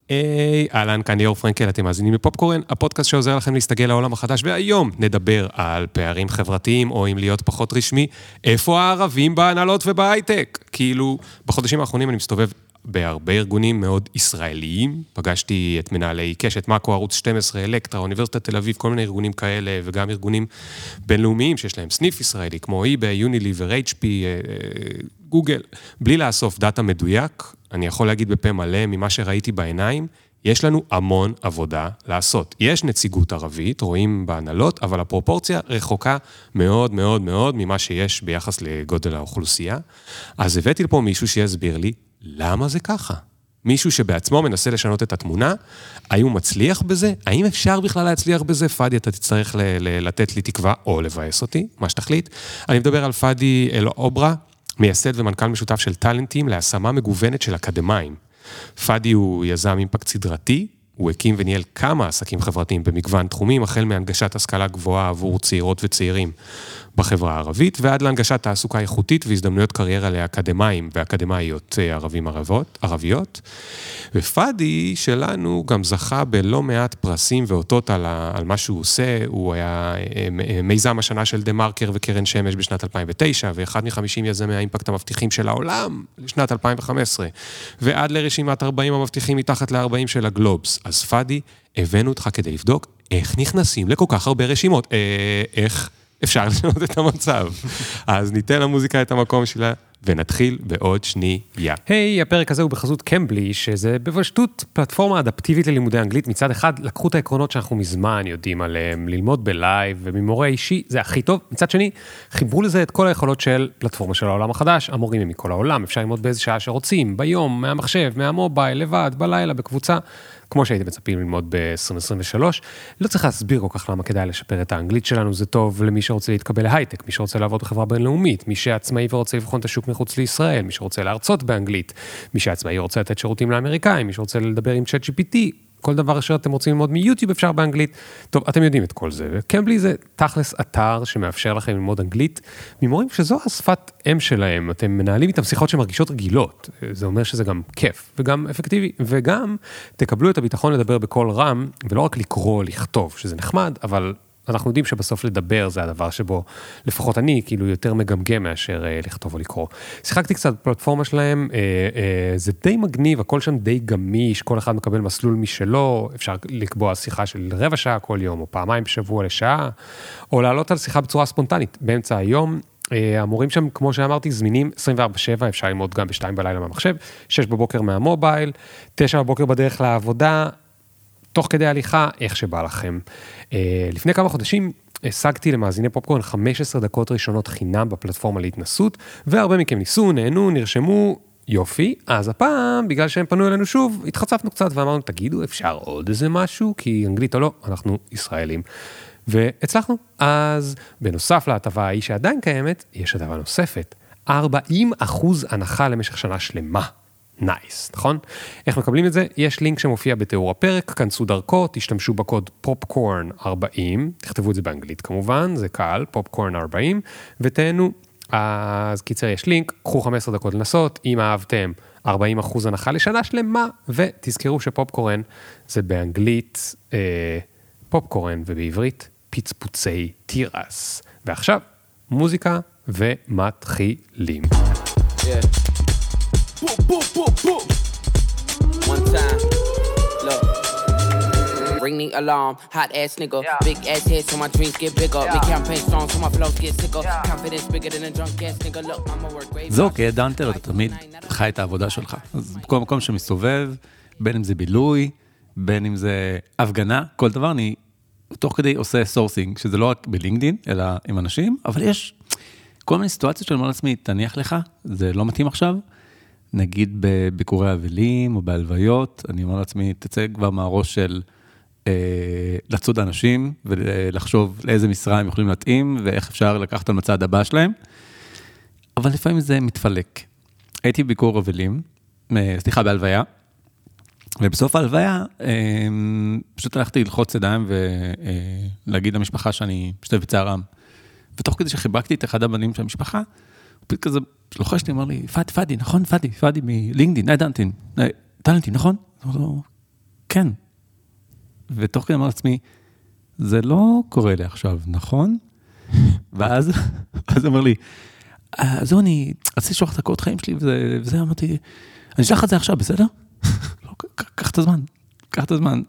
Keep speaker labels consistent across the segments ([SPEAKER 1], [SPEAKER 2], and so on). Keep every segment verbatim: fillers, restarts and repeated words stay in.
[SPEAKER 1] היי, אהלן, כאן ליאור פרנקל, אתם מאזינים לפופקורן, הפודקאסט שעוזר לכם להסתגל לעולם החדש, והיום נדבר על פערים חברתיים, או אם להיות פחות רשמי, איפה הערבים בהנהלות ובהייטק? כאילו, בחודשים האחרונים אני מסתובב בהרבה ארגונים מאוד ישראליים, פגשתי את מנהלי קשת, מאקו, ערוץ שתים עשרה, אלקטרה, אוניברסיטת תל אביב, כל מיני ארגונים כאלה, וגם ארגונים בינלאומיים שיש להם סניף ישראלי, כמו eBay, יוניליבר, אייץ' פי, גוגל, בלי לאסוף דאטה מדויק, אני יכול להגיד בפה מלא ממה שראיתי בעיניים, יש לנו המון עבודה לעשות. יש נציגות ערבית, רואים בהנהלות, אבל הפרופורציה רחוקה מאוד מאוד מאוד ממה שיש ביחס לגודל האוכלוסייה. אז הבאתי לפה מישהו שיסביר לי, למה זה ככה? מישהו שבעצמו מנסה לשנות את התמונה, האם הוא מצליח בזה? האם אפשר בכלל להצליח בזה? פאדי, אתה תצטרך ל- ל- לתת לי תקווה או לבאס אותי, מה שתחליט. אני מדבר על פאדי אל-אוברה, מייסד ומנכ"ל משותף של טלנטים להשמה מגוונת של אקדמיים. פאדי הוא יזם אימפקט סדרתי, הוא הקים וניהל כמה עסקים חברתיים במגוון תחומים, החל מהנגשת השכלה גבוהה עבור צעירות וצעירים בחברה הערבית, ועד להנגשת תעסוקה איכותית והזדמנויות קריירה לאקדמיים ואקדמאיות ערבים ערבות, ערביות. ופאדי שלנו גם זכה בלא מעט פרסים ואותות על, על מה שהוא עושה, הוא היה מיזם השנה של דה מרקר וקרן שמש בשנת אלפיים ותשע, ואחד מחמישים יזמי האימפקט המבטיחים של העולם לשנת אלפיים וחמש עשרה, ועד לרשימת ארבעים המבטיחים מתחת ל-ארבעים של הגלובס. אז פאדי, הבאנו אותך כדי לבדוק איך נכנסים לכל כך הרבה רשימות, אה, איך אפשר לשנות את המצב. אז ניתן למוזיקה את המקום שלה, ונתחיל בעוד שנייה.
[SPEAKER 2] היי, הפרק הזה הוא בחזות קמבלי, שזה בפשטות פלטפורמה אדפטיבית ללימודי אנגלית. מצד אחד, לקחו את העקרונות שאנחנו מזמן יודעים עליהם, ללמוד בלייב וממורה אישי, זה הכי טוב. מצד שני, חיברו לזה את כל היכולות של פלטפורמה של העולם החדש, המורים הם מכל העולם, אפשר ללמוד באיזה שעה שרוצים, ביום, מהמחשב, מהמובייל, לבד, בלילה, בקבוצה. כמו שהייתם מצפים ללמוד ב-עשרים עשרים ושלוש, לא צריך להסביר כל כך למה כדאי לשפר את האנגלית שלנו, זה טוב למי שרוצה להתקבל להייטק, מי שרוצה לעבוד בחברה בינלאומית, מי שעצמאי ורוצה לבחון את השוק מחוץ לישראל, מי שרוצה להרצות באנגלית, מי שעצמאי רוצה לתת שירותים לאמריקאים, מי שרוצה לדבר עם צ'אט ג'י פי טי, כל דבר שאתם רוצים ללמוד מיוטיוב אפשר באנגלית. טוב, אתם יודעים את כל זה. קמבלי זה תכלס אתר שמאפשר לכם ללמוד אנגלית, ממורים שזו השפת אם שלהם. אתם מנהלים איתם שיחות שמרגישות רגילות. זה אומר שזה גם כיף וגם אפקטיבי. וגם תקבלו את הביטחון לדבר בכל רם, ולא רק לקרוא, לכתוב, שזה נחמד, אבל אנחנו יודעים שבסוף לדבר זה הדבר שבו, לפחות אני, כאילו יותר מגמגם מאשר אה, לכתוב או לקרוא. שיחקתי קצת בפלטפורמה שלהם, אה, אה, זה די מגניב, הכל שם די גמיש, כל אחד מקבל מסלול משלו, אפשר לקבוע שיחה של רבע שעה כל יום, או פעמיים בשבוע לשעה, או לעלות על שיחה בצורה ספונטנית, באמצע היום. אה, המורים שם, כמו שאמרתי, זמינים עשרים וארבע שבע, אפשר ללמוד גם בשתיים בלילה מהמחשב, שש בבוקר מהמובייל, תשע בבוקר בדרך לעבודה, תוך כדי הליכה, איך שבא לכם. לפני כמה חודשים, השגתי למאזיני פופקורן חמש עשרה דקות ראשונות חינם בפלטפורמה להתנסות, והרבה מכם ניסו, נהנו, נרשמו, יופי. אז הפעם, בגלל שהם פנו אלינו שוב, התחצפנו קצת ואמרנו, תגידו, אפשר עוד איזה משהו? כי אנגלית או לא, אנחנו ישראלים. והצלחנו. אז בנוסף להטבה ההיא שעדיין קיימת, יש הטבה נוספת. ארבעים אחוז הנחה למשך שנה שלמה. נייס, נכון? איך מקבלים את זה? יש לינק שמופיע בתיאור הפרק, כנסו דרכו, תשתמשו בקוד פופקורן ארבעים, תכתבו את זה באנגלית כמובן, זה קל, פופקורן ארבעים, ותהנו, אז קיצר יש לינק, קחו חמש עשרה דקות לנסות, אם אהבתם ארבעים אחוז הנחה לשנה שלמה, ותזכרו שפופקורן זה באנגלית אה, פופקורן, ובעברית פצפוצי תירס. ועכשיו, מוזיקה ומתחילים. Yeah.
[SPEAKER 3] Boom, boom, boom, boom. One time, look. Ring the alarm, hot ass nigga. Yeah. Big ass head so my dreams get bigger. Yeah. Big campaign strong so my flows get sicker. Yeah. Confidence bigger than a drunk ass nigga. Look, I'm a work grave.
[SPEAKER 4] זו כדאנטר, אתה תמיד חי את העבודה שלך. אז בכל מקום שמסתובב, בין אם זה בילוי, בין אם זה הפגנה, כל דבר, אני תוך כדי עושה סורסינג, שזה לא רק בלינקדין, אלא עם אנשים, אבל יש כל מיני סיטואציות שאני אומר לעצמי, תניח לך, זה לא מתאים עכשיו, נגיד בביקורי אבלים או בהלוויות, אני אומר לעצמי, תצא כבר מהראש של אה, לצוד האנשים, ולחשוב לאיזה משרה הם יכולים להתאים, ואיך אפשר לקחת על מצעד הבא שלהם, אבל לפעמים זה מתפלק. הייתי בביקור אבלים, סליחה, בהלוויה, ובסוף ההלוויה, אה, פשוט הלכתי ללחוץ ידיים, ולהגיד למשפחה שאני משתתף בצערם, ותוך כדי שחיבקתי את אחד הבנים של המשפחה, הוא פשוט כזה לוחש לי, אמר לי, פאדי, פאדי, נכון? פאדי, פאדי מלינקדין, נאי דנטין, טלנטין, נכון? כן. ותוך כדי אמר לעצמי, זה לא קורה לי עכשיו, נכון? ואז, אז אמר לי, זהו, אני רציתי לשלוח את הקורות חיים שלי, וזה אמרתי, אני אשלח את זה עכשיו, בסדר? לא, קח את הזמן, קח את הזמן.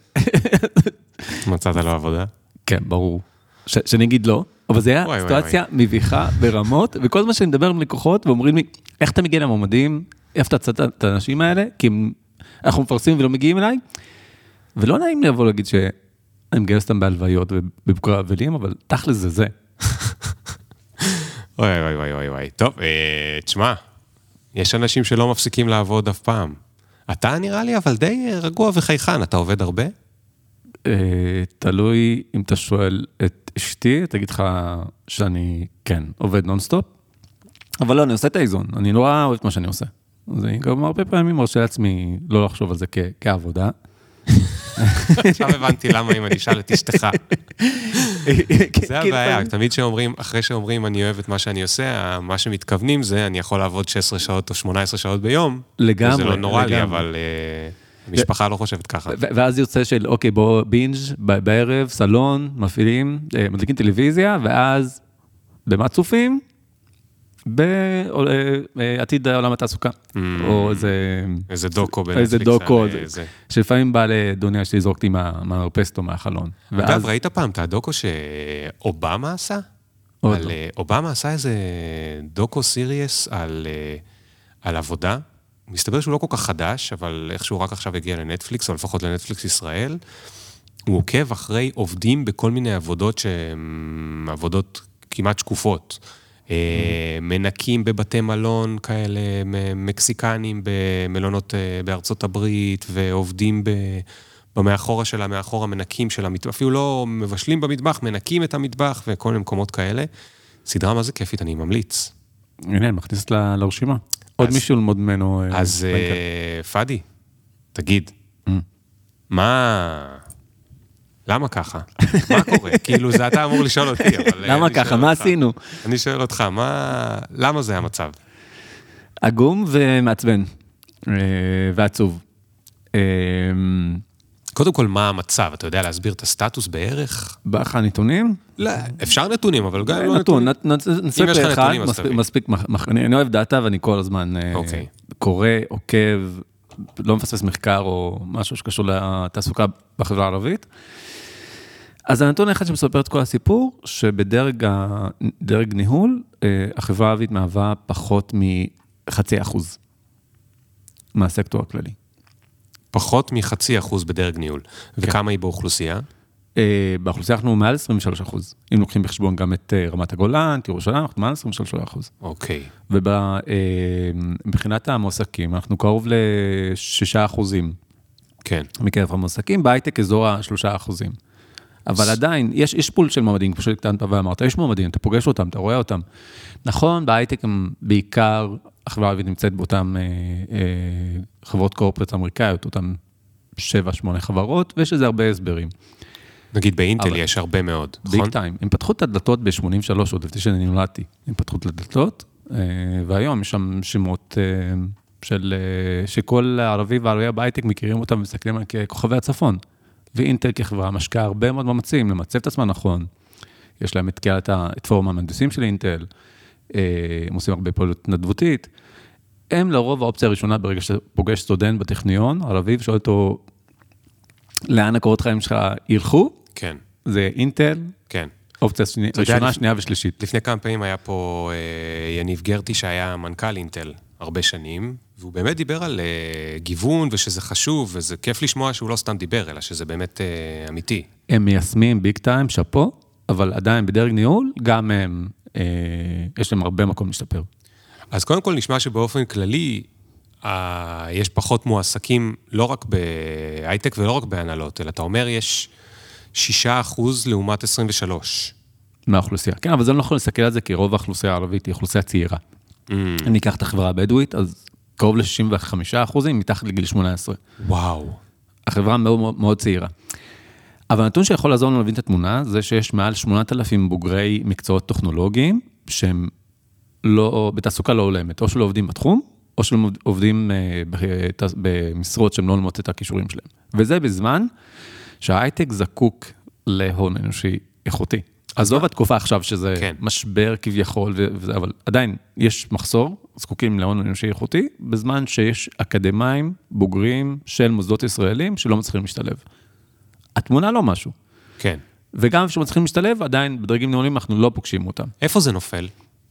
[SPEAKER 1] מצאת לו עבודה?
[SPEAKER 4] כן, ברור. שאני אגיד לא, אבל זה היה סיטואציה מביכה ברמות, וכל הזמן שאני מדבר עם לקוחות, ואומרים לי, איך אתה מגיע למועמדים? איפה אתה צאת את האנשים האלה? כי אנחנו מפרסמים ולא מגיעים אליי, ולא נעים לי לבוא להגיד שאני מגייס אותם בהלוויות ובבקרי אבלים, אבל תכל'ס זה זה.
[SPEAKER 1] אוי, אוי, אוי, אוי, אוי. טוב, תשמע, יש אנשים שלא מפסיקים לעבוד אף פעם. אתה נראה לי, אבל די רגוע וחייכן. אתה עובד הרבה?
[SPEAKER 4] תלוי אם אתה שואל את אשתי, תגיד לך שאני, כן, עובד נונסטופ, אבל לא, אני עושה את האיזון. אני לא אוהב את מה שאני עושה. אז אני גם הרבה פעמים מרשה לעצמי לא לחשוב על זה כעבודה.
[SPEAKER 1] עכשיו הבנתי למה אם אני אשאל את אשתך. זה הבעיה, תמיד שאומרים, אחרי שאומרים אני אוהב את מה שאני עושה, מה שמתכוונים זה, אני יכול לעבוד שש עשרה שעות או שמונה עשרה שעות ביום.
[SPEAKER 4] לגמרי.
[SPEAKER 1] זה לא נורא לי, אבל המשפחה לא חושבת ככה.
[SPEAKER 4] ואז יוצא של, אוקיי, בוא בינג' בערב, סלון, מפעילים, מדליקים טלוויזיה, ואז במה צופים? בעתיד עולם התעסוקה, או איזה...
[SPEAKER 1] איזה דוקו בנטפליקס.
[SPEAKER 4] איזה דוקו, שלפעמים בא לדוניה שלי זרוקתי מהמרפסת או מהחלון.
[SPEAKER 1] אגב, ראית פעם את הדוקו שאובמה עשה? אובמה עשה איזה דוקו סיריוס על עבודה. מסתבר שהוא לא כל כך חדש, אבל איכשהו רק עכשיו הגיע לנטפליקס, או לפחות לנטפליקס ישראל. הוא עוקב אחרי עובדים בכל מיני עבודות שהן עבודות כמעט שקופות. מנקים בבתי מלון כאלה, מקסיקנים במלונות בארצות הברית, ועובדים במאחורה של המאחורה, מנקים של המטבח, אפילו לא מבשלים במטבח, מנקים את המטבח וכל מיני מקומות כאלה. סדרה מה זה כיפית, אני ממליץ.
[SPEAKER 4] הנה, אני מכניס לרשימה. עוד מישהו ללמוד ממנו.
[SPEAKER 1] אז פאדי, תגיד, מה... למה ככה? מה קורה? כאילו, זה אתה אמור לשאול אותי, אבל...
[SPEAKER 4] למה ככה? מה עשינו?
[SPEAKER 1] אני שואל אותך, מה... למה זה המצב?
[SPEAKER 4] עגום ומעצבן, ועצוב.
[SPEAKER 1] קודם כל, מה המצב? אתה יודע להסביר את הסטטוס בערך?
[SPEAKER 4] באך הנתונים?
[SPEAKER 1] לא, אפשר נתונים, אבל גם לא
[SPEAKER 4] נתון.
[SPEAKER 1] נתונים.
[SPEAKER 4] נספר אחד, מספיק... אני אוהב דאטה, ואני כל הזמן קורא, עוקב, לא מפספס מחקר או משהו שקשור לתעסוקה בחברה הערבית. אז הנתון האחד שמספר את כל הסיפור, שבדרג דרג ניהול, החברה הערבית מהווה פחות מחצי אחוז מהסקטור הכללי.
[SPEAKER 1] פחות מחצי אחוז בדרג ניהול. וכמה היא באוכלוסייה?
[SPEAKER 4] באוכלוסייה אנחנו מעל עשרים ושלושה אחוז. אם לוקחים בחשבון גם את רמת הגולן, את ירושלים, אנחנו מעל עשרים ושלושה אחוז.
[SPEAKER 1] אוקיי.
[SPEAKER 4] ובמבחינת המועסקים, אנחנו קרוב לשישה אחוזים.
[SPEAKER 1] כן.
[SPEAKER 4] מקרב המועסקים, בהייטק אזור השלושה אחוזים. אבל עדיין, יש, יש פול של מועמדים, כמו שקטנת ואמרת, יש מועמדים, אתה פוגש אותם, אתה רואה אותם. נכון, בהייטק הם בעיקר, החברה הערבית נמצאת באותן אה, אה, חברות קורפרט אמריקאיות, אותן שבע, שמונה חברות, ויש איזה הרבה הסברים.
[SPEAKER 1] נגיד באינטל אבל, יש הרבה מאוד, נכון?
[SPEAKER 4] ביג טיים. הם פתחו את הדלתות ב-שמונים ושלוש, עוד לפני שאני נולדתי. הם פתחו את הדלתות, אה, והיום יש שם שמות אה, של, אה, שכל הערבי והערבי בהייטק מכירים אותם ומסתכלים על כוכבי הצפון. ואינטל כחברה משקעה הרבה מאוד מאמצים למצב את עצמה נכון. יש להם את קהילת, את פורום המהנדסים של אינטל, הם עושים הרבה פעילות התנדבותית. הם לרוב האופציה הראשונה ברגע שפוגש סטודנט בטכניון, ערבי, ושואל אותו, לאן הקורות חיים שלך ילכו?
[SPEAKER 1] כן.
[SPEAKER 4] זה אינטל.
[SPEAKER 1] כן.
[SPEAKER 4] אופציה ראשונה, שנייה ושלישית.
[SPEAKER 1] לפני כמה פעמים היה פה יניב גרטי, שהיה מנכ"ל אינטל הרבה שנים, והוא באמת דיבר על uh, גיוון, ושזה חשוב, וזה כיף לשמוע שהוא לא סתם דיבר, אלא שזה באמת uh, אמיתי.
[SPEAKER 4] הם מיישמים ביג טיים, שפו, אבל עדיין בדרג ניהול, גם הם, uh, יש להם הרבה מקום להשתפר.
[SPEAKER 1] אז קודם כל נשמע שבאופן כללי, uh, יש פחות מועסקים, לא רק בהייטק ולא רק בהנהלות, אלא אתה אומר, יש שישה אחוז לעומת עשרים ושלוש.
[SPEAKER 4] מהאוכלוסייה. כן, אבל זה לא יכול להסתכל על זה, כי רוב האוכלוסייה הערבית היא אוכלוסייה צעירה. Mm. אני אקח את החברה הבדואית, אז קרוב ל-שישים וחמישה אחוזים מתחת לגיל שמונה עשרה.
[SPEAKER 1] וואו.
[SPEAKER 4] החברה מאוד, מאוד צעירה. אבל הנתון שיכול לעזור לנו להבין את התמונה, זה שיש מעל שמונת אלפים בוגרי מקצועות טכנולוגיים, שהם לא, בתעסוקה לא עולמת, או שלא עובדים בתחום, או שהם עובדים במשרות שהם לא לומות את הכישורים שלהם. וזה בזמן שההייטק זקוק להון אנושי איכותי. עזוב התקופה עכשיו שזה כן. משבר כביכול, וזה, אבל עדיין יש מחסור, זקוקים להון אנושי איכותי, בזמן שיש אקדמיים, בוגרים של מוסדות ישראלים שלא מצליחים להשתלב. התמונה לא משהו.
[SPEAKER 1] כן.
[SPEAKER 4] וגם כשמצליחים להשתלב, עדיין בדרגים נעולים אנחנו לא פוגשים אותם.
[SPEAKER 1] איפה זה נופל?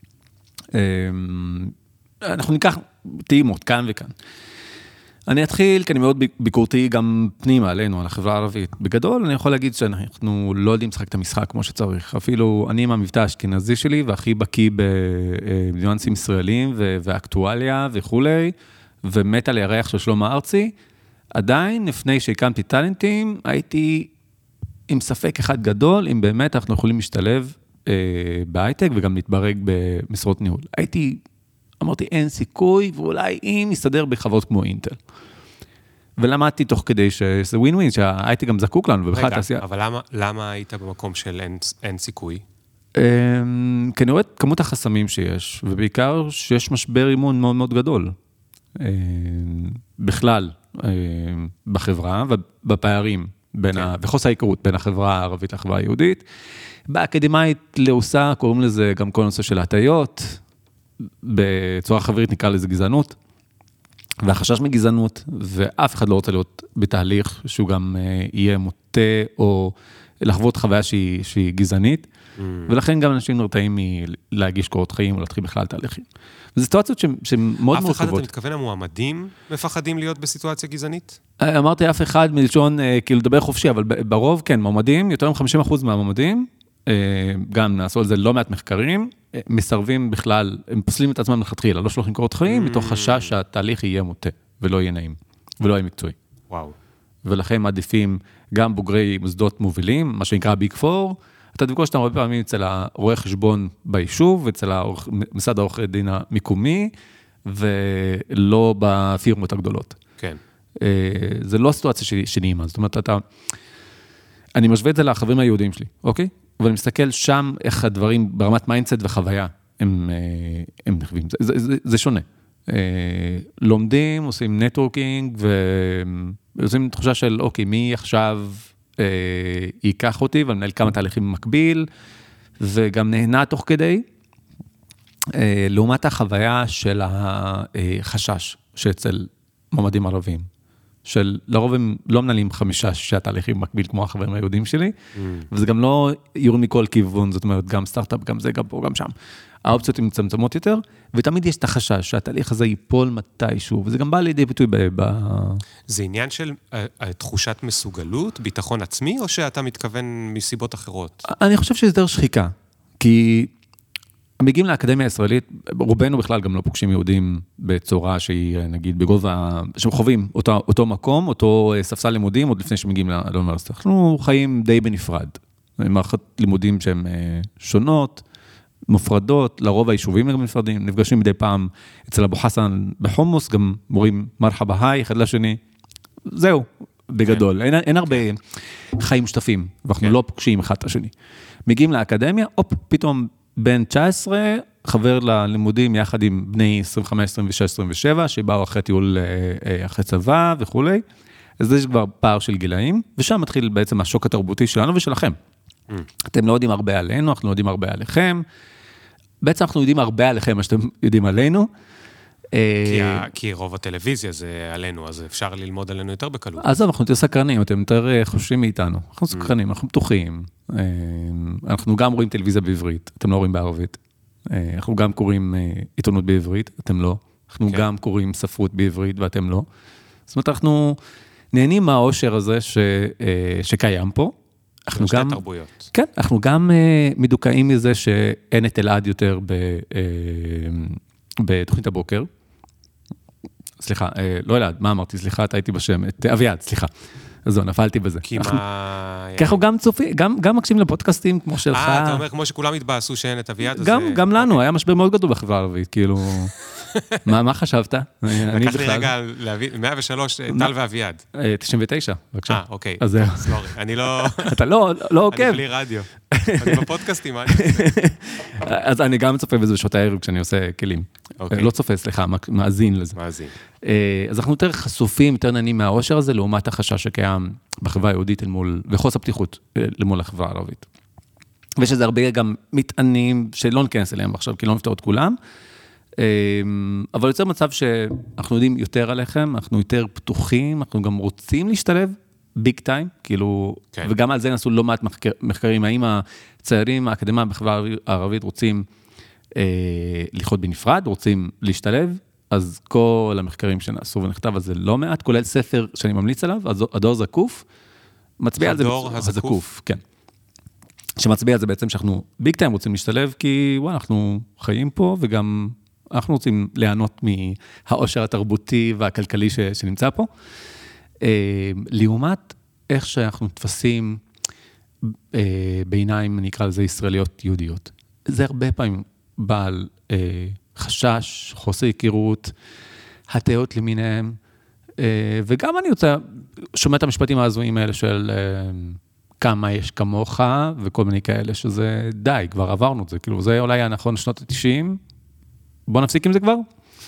[SPEAKER 4] אנחנו ניקח טעימות, כאן וכאן. אני אתחיל, כי אני מאוד ביקורתי גם פנימה עלינו, על החברה הערבית. בגדול, אני יכול להגיד שאנחנו לא יודעים לשחק את המשחק כמו שצריך. אפילו אני עם המבטא האשכנזי שלי, והכי בקיא בניואנסים ישראלים, ואקטואליה וכולי, ומת על הירח של שלמה ארצי. עדיין, לפני שהקמתי טלנטים, הייתי עם ספק אחד גדול, אם באמת אנחנו יכולים להשתלב בהייטק, וגם להתברג במשרות ניהול. הייתי... אמרתי, אין סיכוי, ואולי אם נסתדר בחברות כמו אינטל. ולמדתי תוך כדי שזה ווין ווין, שהייתי גם זקוק לנו, ובכלל תעשייה.
[SPEAKER 1] רגע, אבל למה, למה היית במקום של אין, אין סיכוי?
[SPEAKER 4] כי אני רואה את כמות החסמים שיש, ובעיקר שיש משבר אימון מאוד מאוד גדול. בכלל, בחברה, ובפערים, בין ה... וחוסר ההיכרות בין החברה הערבית לחברה היהודית. באקדמית לעושה, קוראים לזה גם כל נושא של הטיות, בצורה חברית נקרא לזה גזענות, והחשש מגזענות, ואף אחד לא רוצה להיות בתהליך שהוא גם יהיה מוטה, או לחוות חוויה שהיא, שהיא גזענית, mm. ולכן גם אנשים נרתעים מלהגיש קורות חיים, או להתחיל בכלל תהליכים. וזו סיטואציות שהן מאוד מורכבות.
[SPEAKER 1] אף אחד אתה מתכוון המועמדים מפחדים להיות בסיטואציה גזענית?
[SPEAKER 4] אמרתי אף אחד מלשון, כאילו לדבר חופשי, אבל ברוב כן, מועמדים, יותר מ-חמישים אחוז מהמועמדים, גם נעשו על זה לא מעט מחקרים, מסרבים בכלל, הם פוסלים את עצמם מלכתחילה, לא שולחים קורות חיים, מתוך חשש שהתהליך יהיה מוטה, ולא יהיה נעים, ולא יהיה מקצועי.
[SPEAKER 1] וואו.
[SPEAKER 4] ולכן מעדיפים גם בוגרי מוסדות מובילים, מה שנקרא ביג פור, אתה תפגוש אותם הרבה פעמים אצל הרואה חשבון ביישוב, אצל משרד העורכי דין המקומי, ולא בפירמות הגדולות.
[SPEAKER 1] כן.
[SPEAKER 4] זה לא סיטואציה שנעימה, זאת אומרת, אתה... אני משווה את זה לחברים היהודים שלי, אוקיי? ואני מסתכל שם איך הדברים ברמת מיינדסט וחוויה הם, הם נחווים. זה, זה, זה שונה. לומדים, עושים נטוורקינג, ועושים תחושה של, אוקיי, מי עכשיו ייקח אותי, ואני מנהל כמה תהליכים במקביל, וגם נהנה תוך כדי, לעומת החוויה של החשש שאצל מועמדים ערבים. של לרוב הם לא מנהלים חמישה, שישה תהליכים מקביל כמו החברים היהודים שלי, mm. וזה גם לא יורים מכל כיוון, זאת אומרת, גם סטארט-אפ, גם זה, גם פה, גם שם. האופציות הן מצמצמות יותר, ותמיד יש את החשש שהתהליך הזה ייפול מתישהו, וזה גם בא לידי ביטוי ב... ב...
[SPEAKER 1] זה עניין של uh, תחושת מסוגלות, ביטחון עצמי, או שאתה מתכוון מסיבות אחרות?
[SPEAKER 4] אני חושב שזה יותר שחיקה, כי... מגיעים לאקדמיה הישראלית, רובנו בכלל גם לא פוגשים יהודים בצורה שהיא, נגיד, בגובה, שהם חווים אותו, אותו מקום, אותו ספסל לימודים, עוד לפני שמגיעים לאוניברסיטה. אנחנו חיים די בנפרד. מערכות לימודים שהן שונות, מופרדות, לרוב היישובים גם נפרדים, נפגשים מדי פעם אצל אבו חסן בחומוס, גם מורים מרחבה היי, אחד לשני. זהו, בגדול. אין, אין הרבה חיים משותפים, ואנחנו לא פוגשים אחד את השני. מגיעים לאקדמיה, אופ, פתאום בן תשע עשרה, חבר ללימודים יחד עם בני עשרים וחמש, עשרים ושש, עשרים ושבע, שבאו אחרי טיול, אחרי צבא וכו'. אז יש כבר פער של גילאים, ושם מתחיל בעצם השוק התרבותי שלנו ושלכם. Mm. אתם לא יודעים הרבה עלינו, אנחנו לא יודעים הרבה עליכם. בעצם אנחנו יודעים הרבה עליכם, מה שאתם יודעים עלינו.
[SPEAKER 1] כי, ה... כי רוב הטלוויזיה זה עלינו, אז אפשר ללמוד עלינו יותר בקלות.
[SPEAKER 4] אז אנחנו יותר סקרנים, אתם יותר חושבים מאיתנו. אנחנו סקרנים, אנחנו פתוחים. אנחנו גם רואים טלוויזיה בעברית, אתם לא רואים בערבית. אנחנו גם קוראים עיתונות בעברית, אתם לא. אנחנו כן. גם קוראים ספרות בעברית, ואתם לא. זאת אומרת, אנחנו נהנים מהאושר הזה ש... שקיים פה.
[SPEAKER 1] אנחנו גם... שתי תרבויות.
[SPEAKER 4] כן, אנחנו גם מדוכאים מזה שאין את אלעד יותר ב... בתוכנית הבוקר. סליחה, לא אלעד, מה אמרתי? סליחה, אתה הייתי בשם. את אביעד, סליחה. אז זו, נפלתי בזה.
[SPEAKER 1] כי מה...
[SPEAKER 4] כי אנחנו גם צופים, גם מקשיבים לפודקאסטים כמו שלך.
[SPEAKER 1] אה, אתה אומר, כמו שכולם התבאסו שאין את אביעד, אז...
[SPEAKER 4] גם לנו, היה משבר מאוד גדול בחברה הערבית, כאילו... מה חשבת?
[SPEAKER 1] לקח לי רגע להביא, מאה ושלוש, טל ואביעד.
[SPEAKER 4] תשעים ותשע, בבקשה.
[SPEAKER 1] אה, אוקיי.
[SPEAKER 4] אז זהו.
[SPEAKER 1] סלורי, אני לא...
[SPEAKER 4] אתה לא, לא עוקב.
[SPEAKER 1] אני בלי רדיו. אני בפודקאסטים, מה אני עושה?
[SPEAKER 4] אז אני גם צופה בזה בשעות הערב כשאני עושה כלים. לא צופה, סליחה, מאזין לזה.
[SPEAKER 1] מאזין.
[SPEAKER 4] אז אנחנו יותר חשופים, יותר נהנים מהעושר הזה, לעומת החשש שקיים בחברה היהודית וחוסר פתיחות למול החברה הערבית. ושזה הרבה גם מטענים שלא נכנס אליהם עכשיו, כי לא נפתור את כולם. אבל יוצר מצב שאנחנו יודעים יותר עליכם, אנחנו יותר פתוחים, אנחנו גם רוצים להשתלב ביג טיים, כאילו, כן. וגם על זה נעשו לא מעט מחקר, מחקרים, האם הצעירים האקדמיים בחברה הערבית רוצים אה, לחיות בנפרד, רוצים להשתלב, אז כל המחקרים שנעשו ונכתב, אז זה לא מעט, כולל ספר שאני ממליץ עליו, הדור זקוף, מצביע על זה.
[SPEAKER 1] הדור הזקוף.
[SPEAKER 4] כן. שמצביע על זה בעצם שאנחנו ביג טיים רוצים להשתלב, כי וואו, אנחנו חיים פה, וגם אנחנו רוצים ליהנות מהעושר התרבותי והכלכלי ש, שנמצא פה. לעומת איך שאנחנו תפסים בעיניים, אני אקרא לזה ישראליות יהודיות. זה הרבה פעמים בעל חשש, חוסר הכירות, הטעות למיניהם, וגם אני רוצה, שומע את המשפטים ההזויים האלה של כמה יש כמוך, וכל מיני כאלה שזה די, כבר עברנו את זה, כאילו זה אולי היה נכון שנות ה-תשעים, בוא נפסיק עם זה כבר.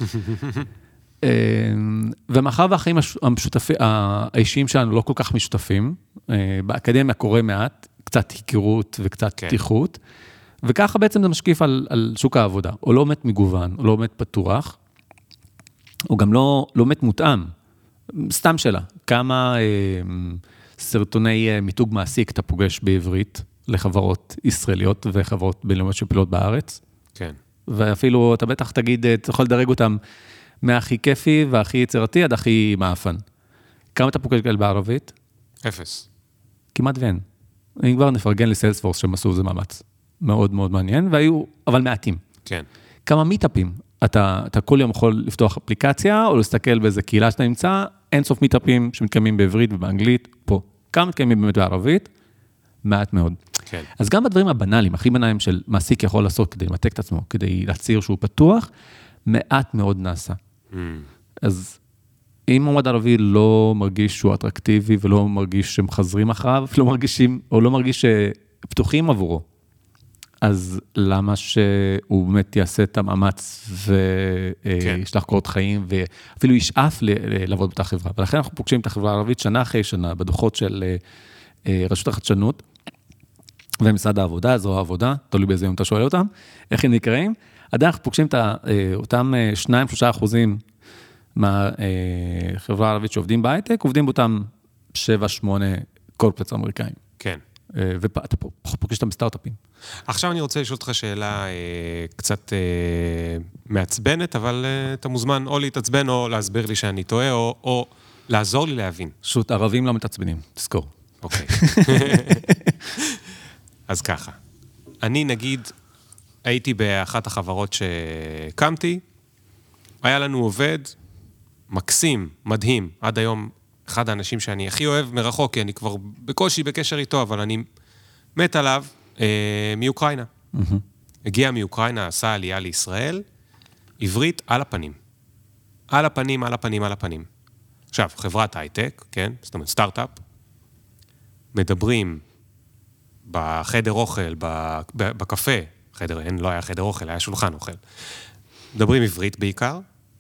[SPEAKER 4] ומאחר והחיים המשותפים, האישיים שלנו לא כל כך משותפים, באקדמיה קורה מעט, קצת היכרות וקצת פתיחות, וככה בעצם זה משקיף על, על שוק העבודה, או לא מת מגוון, או לא מת פתוח, או גם לא, לא מת מותאם, סתם שאלה, כמה סרטוני מיתוג מעסיק אתה פוגש בעברית לחברות ישראליות וחברות בינלאומיות שפעילות בארץ?
[SPEAKER 1] כן.
[SPEAKER 4] ואפילו אתה בטח תגיד, אתה יכול לדרג אותם מהכי כיפי והכי יצירתי עד הכי מאפן. כמה אתה פוגש כאלה בערבית?
[SPEAKER 1] אפס.
[SPEAKER 4] כמעט ואין. אני כבר נפרגן לסיילספורס שהם עשו זה מאמץ. מאוד מאוד מעניין, והיו, אבל מעטים.
[SPEAKER 1] כן.
[SPEAKER 4] כמה מיטאפים? אתה, אתה כל יום יכול לפתוח אפליקציה, או להסתכל באיזה קהילה שאתה נמצא, אין סוף מיטאפים שמתקיימים בעברית ובאנגלית, פה. כמה מתקיימים באמת בערבית? מעט מאוד.
[SPEAKER 1] כן.
[SPEAKER 4] אז גם בדברים הבנאליים, הכי בנאליים של מעסיק יכול לעשות כדי למתק את עצמו, כדי להצהיר שהוא פתוח, מעט מאוד נעשה. Mm. אז אם מועמד ערבי לא מרגיש שהוא אטרקטיבי, ולא מרגיש שהם חזרים אחריו, לא מרגישים, או לא מרגיש שפתוחים עבורו, אז למה שהוא באמת יעשה את המאמץ וישלח קורות חיים, ואפילו ישאף לעבוד באותה חברה. ולכן אנחנו פוגשים את החברה הערבית שנה אחרי שנה, בדוחות של רשות החדשנות, ומשרד העבודה, זרוע העבודה, תלוי באיזה יום אתה שואל אותם, איך הם נקראים, עדיין אנחנו פוגשים את אותם שניים שלושה אחוזים מהחברה הערבית שעובדים בהייטק, עובדים באותם שבע שמונה קורפרטס אמריקאים.
[SPEAKER 1] כן.
[SPEAKER 4] ואתה פוגש אותם בסטארט-אפים.
[SPEAKER 1] עכשיו אני רוצה לשאול אותך שאלה קצת מעצבנת, אבל אתה מוזמן או להתעצבן, או להסביר לי שאני טועה, או לעזור לי להבין.
[SPEAKER 4] פשוט ערבים לא מתעצבנים, תזכור.
[SPEAKER 1] אוקיי. אז ככה, אני נגיד, הייתי באחת החברות שקמתי, היה לנו עובד מקסים, מדהים, עד היום אחד האנשים שאני הכי אוהב מרחוק, כי אני כבר בקושי בקשר איתו, אבל אני מת עליו, אה, מאוקראינה. Mm-hmm. הגיע מאוקראינה, עשה עלייה לישראל, עברית על הפנים. על הפנים, על הפנים, על הפנים. עכשיו, חברת הייטק, כן? זאת אומרת, סטארט-אפ, מדברים בחדר אוכל, בקפה, חדר, אין, לא היה חדר אוכל, היה שולחן אוכל. מדברים עברית בעיקר.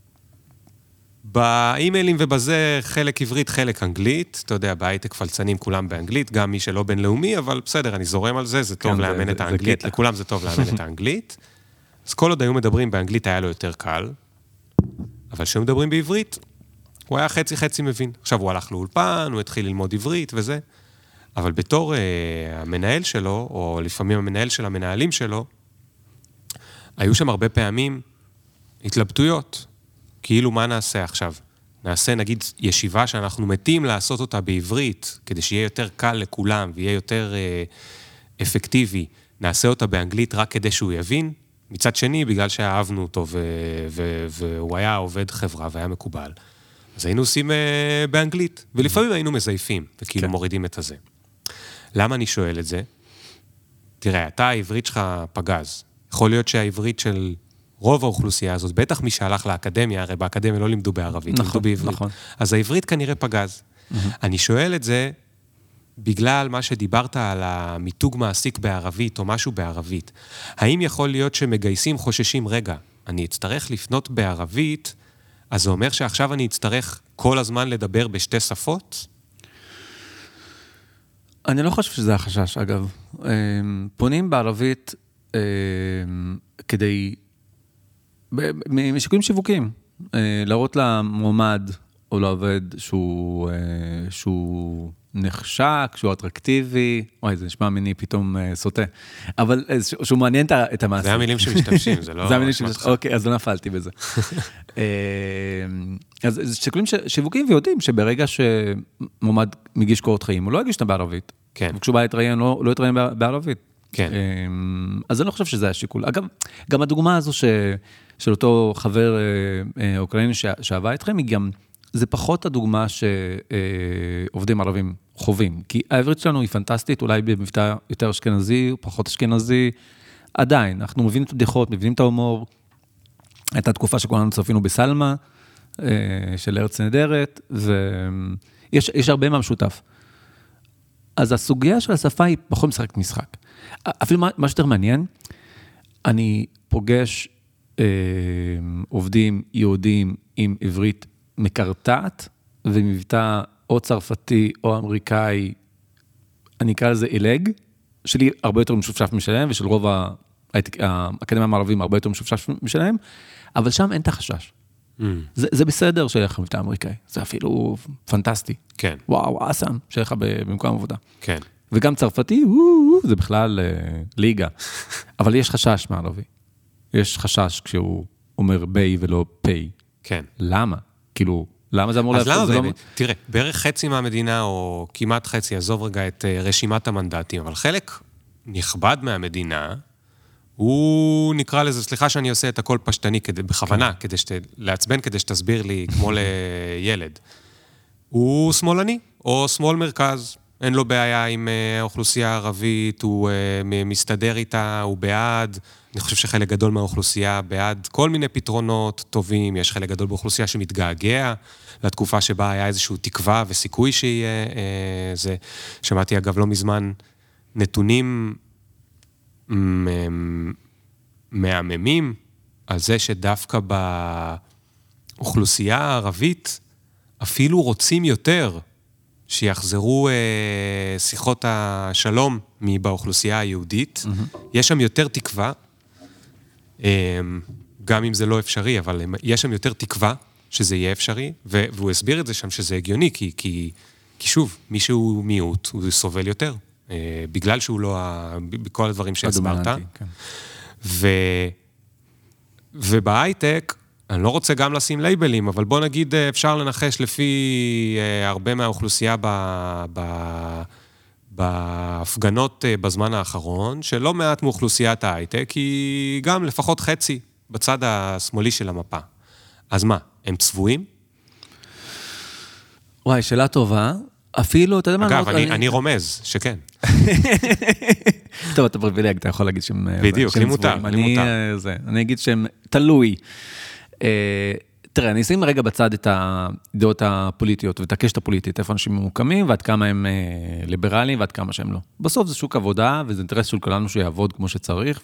[SPEAKER 1] באימיילים ובזה חלק עברית, חלק אנגלית. אתה יודע, בהייטק פלצנים כולם באנגלית, גם מי שלא בינלאומי, אבל בסדר, אני זורם על זה, זה טוב לאמן את האנגלית. לכולם זה טוב לאמן את האנגלית. אז כל עוד היו מדברים באנגלית היה לו יותר קל, אבל כשהם מדברים בעברית, הוא היה חצי חצי מבין. עכשיו הוא הלך לאולפן, הוא התחיל ללמוד עברית וזה. אבל בתור uh, המנהל שלו, או לפעמים המנהל של המנהלים שלו, היו שם הרבה פעמים התלבטויות. כאילו מה נעשה עכשיו? נעשה נגיד ישיבה שאנחנו מתים לעשות אותה בעברית, כדי שיהיה יותר קל לכולם, ויהיה יותר uh, אפקטיבי. נעשה אותה באנגלית רק כדי שהוא יבין. מצד שני, בגלל שאהבנו אותו, ו- ו- והוא היה עובד חברה והיה מקובל. אז היינו עושים uh, באנגלית, ולפעמים היינו מזייפים, וכאילו כן. מורידים את הזה. למה אני שואל את זה? תראה, אתה, העברית שלך פגז. יכול להיות שהעברית של רוב האוכלוסייה הזאת, בטח מי שהלך לאקדמיה, הרי באקדמיה לא לימדו בערבית,
[SPEAKER 4] נכון,
[SPEAKER 1] לימדו בעברית.
[SPEAKER 4] נכון.
[SPEAKER 1] אז העברית כנראה פגז. Mm-hmm. אני שואל את זה, בגלל מה שדיברת על המיתוג מעסיק בערבית או משהו בערבית, האם יכול להיות שמגייסים חוששים, רגע, אני אצטרך לפנות בערבית, אז זה אומר שעכשיו אני אצטרך כל הזמן לדבר בשתי שפות?
[SPEAKER 4] אני לא חושב שזה החשש, אגב. פונים בערבית כדי, משיקולים שיווקים, להראות למועמד או לעובד שהוא, שהוא נחשק, שהוא אטרקטיבי, אוי, זה נשמע מיני פתאום סוטה, אבל שהוא מעניין את המעשה.
[SPEAKER 1] זה המילים שמשתמשים, זה לא...
[SPEAKER 4] זה המילים שמשתמשים, אוקיי, אז לא נפלתי בזה. אז זה שיקולים שיווקים ויודעים שברגע שמועמד מגיש קורות חיים, הוא לא יגיש אותם בערבית.
[SPEAKER 1] כן.
[SPEAKER 4] וכשהוא בא להתראיין, לא, לא יתראיין בערבית.
[SPEAKER 1] כן.
[SPEAKER 4] אז אני לא חושב שזה השיקול. אגב, גם הדוגמה הזו ש, של אותו חבר אוקראיני שעבד איתכם, היא גם, זה פחות הדוגמה שעובדים ערבים חווים. כי העברית שלנו היא פנטסטית, אולי במבטא יותר אשכנזי, פחות אשכנזי. עדיין, אנחנו מבינים את הבדיחות, מבינים את ההומור. הייתה תקופה שכולנו צפינו בסלמה, של ארץ נהדרת, ויש יש הרבה מה משותף. אז הסוגיה של השפה היא פחות משחק משחק. אפילו מה, מה שיותר מעניין, אני פוגש אה, עובדים יהודים עם עברית מקרטעת, ומבטא או צרפתי או אמריקאי, אני אקרא לזה אילג, שלי הרבה יותר משופשף משלהם, ושל רוב האקדמיה המערבים הרבה יותר משופשף משלהם, אבל שם אין את החשש. Mm. זה, זה בסדר שיהיה לך מבטא אמריקאי, זה אפילו פנטסטי.
[SPEAKER 1] כן.
[SPEAKER 4] וואו, אסם, שיהיה לך במקום עבודה.
[SPEAKER 1] כן.
[SPEAKER 4] וגם צרפתי, זה בכלל ליגה. אבל יש חשש מערבי. יש חשש כשהוא אומר בי ולא פי.
[SPEAKER 1] כן.
[SPEAKER 4] למה? כאילו, למה זה אמור...
[SPEAKER 1] אז למה באמת? תראה, בערך חצי מהמדינה, או כמעט חצי, עזוב רגע את רשימת המנדטים, אבל חלק נכבד מהמדינה, הוא נקרא לזה, סליחה שאני עושה את הכל פשטני, בכוונה, כדי להצבן, כדי שתסביר לי, כמו לילד. הוא שמאלני, או שמאל מרכז, אין לו בעיה עם האוכלוסייה הערבית, הוא מסתדר איתה, הוא בעד, אני חושב שחלק גדול מהאוכלוסייה בעד כל מיני פתרונות טובים, יש חלק גדול באוכלוסייה שמתגעגע לתקופה שבה היה איזשהו תקווה וסיכוי שיהיה, זה, שמעתי אגב לא מזמן נתונים מהממים על זה שדווקא באוכלוסייה הערבית אפילו רוצים יותר שיחזרו אה, שיחות השלום באוכלוסייה היהודית. Mm-hmm. יש שם יותר תקווה, אה, גם אם זה לא אפשרי, אבל יש שם יותר תקווה שזה יהיה אפשרי, ו- והוא הסביר את זה שם שזה הגיוני, כי, כי, כי שוב, מי שהוא מיעוט, הוא סובל יותר, אה, בגלל שהוא לא, ה- בכל הדברים שהסברת. כן. ו... ובהייטק, אני לא רוצה גם לשים לייבלים, אבל בוא נגיד אפשר לנחש לפי הרבה מהאוכלוסייה ב... ב... בהפגנות בזמן האחרון, שלא מעט מאוכלוסיית ההייטק, היא גם לפחות חצי בצד השמאלי של המפה. אז מה, הם צבועים?
[SPEAKER 4] וואי, שאלה טובה. אפילו, אתה יודע מה...
[SPEAKER 1] אגב, אני, אני רומז, שכן.
[SPEAKER 4] טוב, אתה פריבילג, אתה יכול להגיד שהם...
[SPEAKER 1] בדיוק, לי מותר, לי מותר.
[SPEAKER 4] אני אגיד שהם תלוי. תראה, אני אשים רגע בצד את הדעות הפוליטיות ואת הקשת הפוליטית, איפה אנשים ממוקמים, ועד כמה הם ליברליים, ועד כמה שהם לא. בסוף זה שוק עבודה, וזה אינטרס של כולנו שיעבוד כמו שצריך,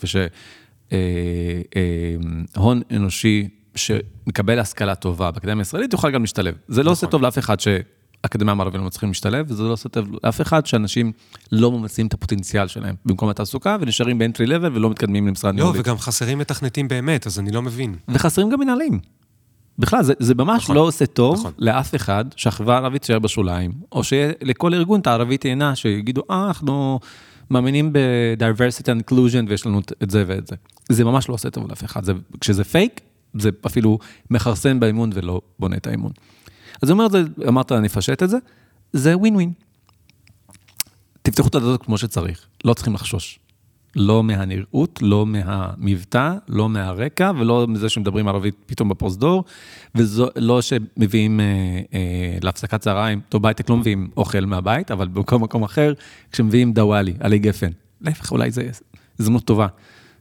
[SPEAKER 4] ושהון אנושי שמקבל השכלה טובה באקדמיה הישראלית, יוכל גם להשתלב. זה לא עושה טוב לאף אחד שאקדמיה המערבים לא מצליחים להשתלב, וזה לא עושה טוב לאף אחד שאנשים לא ממצאים את הפוטנציאל שלהם במקום התעסוקה, ונשארים באנטרי לבל ולא מתקדמים למשרד ניהולי.
[SPEAKER 1] לא, וגם חסרים מתכנתים באמת, אז אני לא מבין.
[SPEAKER 4] וחסרים גם מנהלים. בכלל, זה, זה ממש
[SPEAKER 1] נכון,
[SPEAKER 4] לא עושה טוב
[SPEAKER 1] נכון.
[SPEAKER 4] לאף אחד שהחברה הערבית תשאר בשוליים, או שלכל ארגון את הערבית תהיינה, שיגידו, אה, אנחנו מאמינים ב-diversity and inclusion, ויש לנו את זה ואת זה. זה ממש לא עושה טוב לאף אחד. זה, כשזה פייק, זה אפילו מחרסן באימון ולא בונה את האימון. אז אומר, זה, אמרת, אני אפשט את זה, זה ווין ווין. תפתחו את הדעות כמו שצריך, לא צריכים לחשוש. לא מהנראות, לא מהמבטא, לא מהרקע, ולא מזה שמדברים ערבית פתאום בפוסט-דור, ולא שמביאים אה, אה, להפסקת צהריים, טוב, בהייטק לא מביאים אוכל מהבית, אבל בכל מקום אחר, כשמביאים דוואלי, עלי גפן. להפך, אולי זה הזדמנות טובה.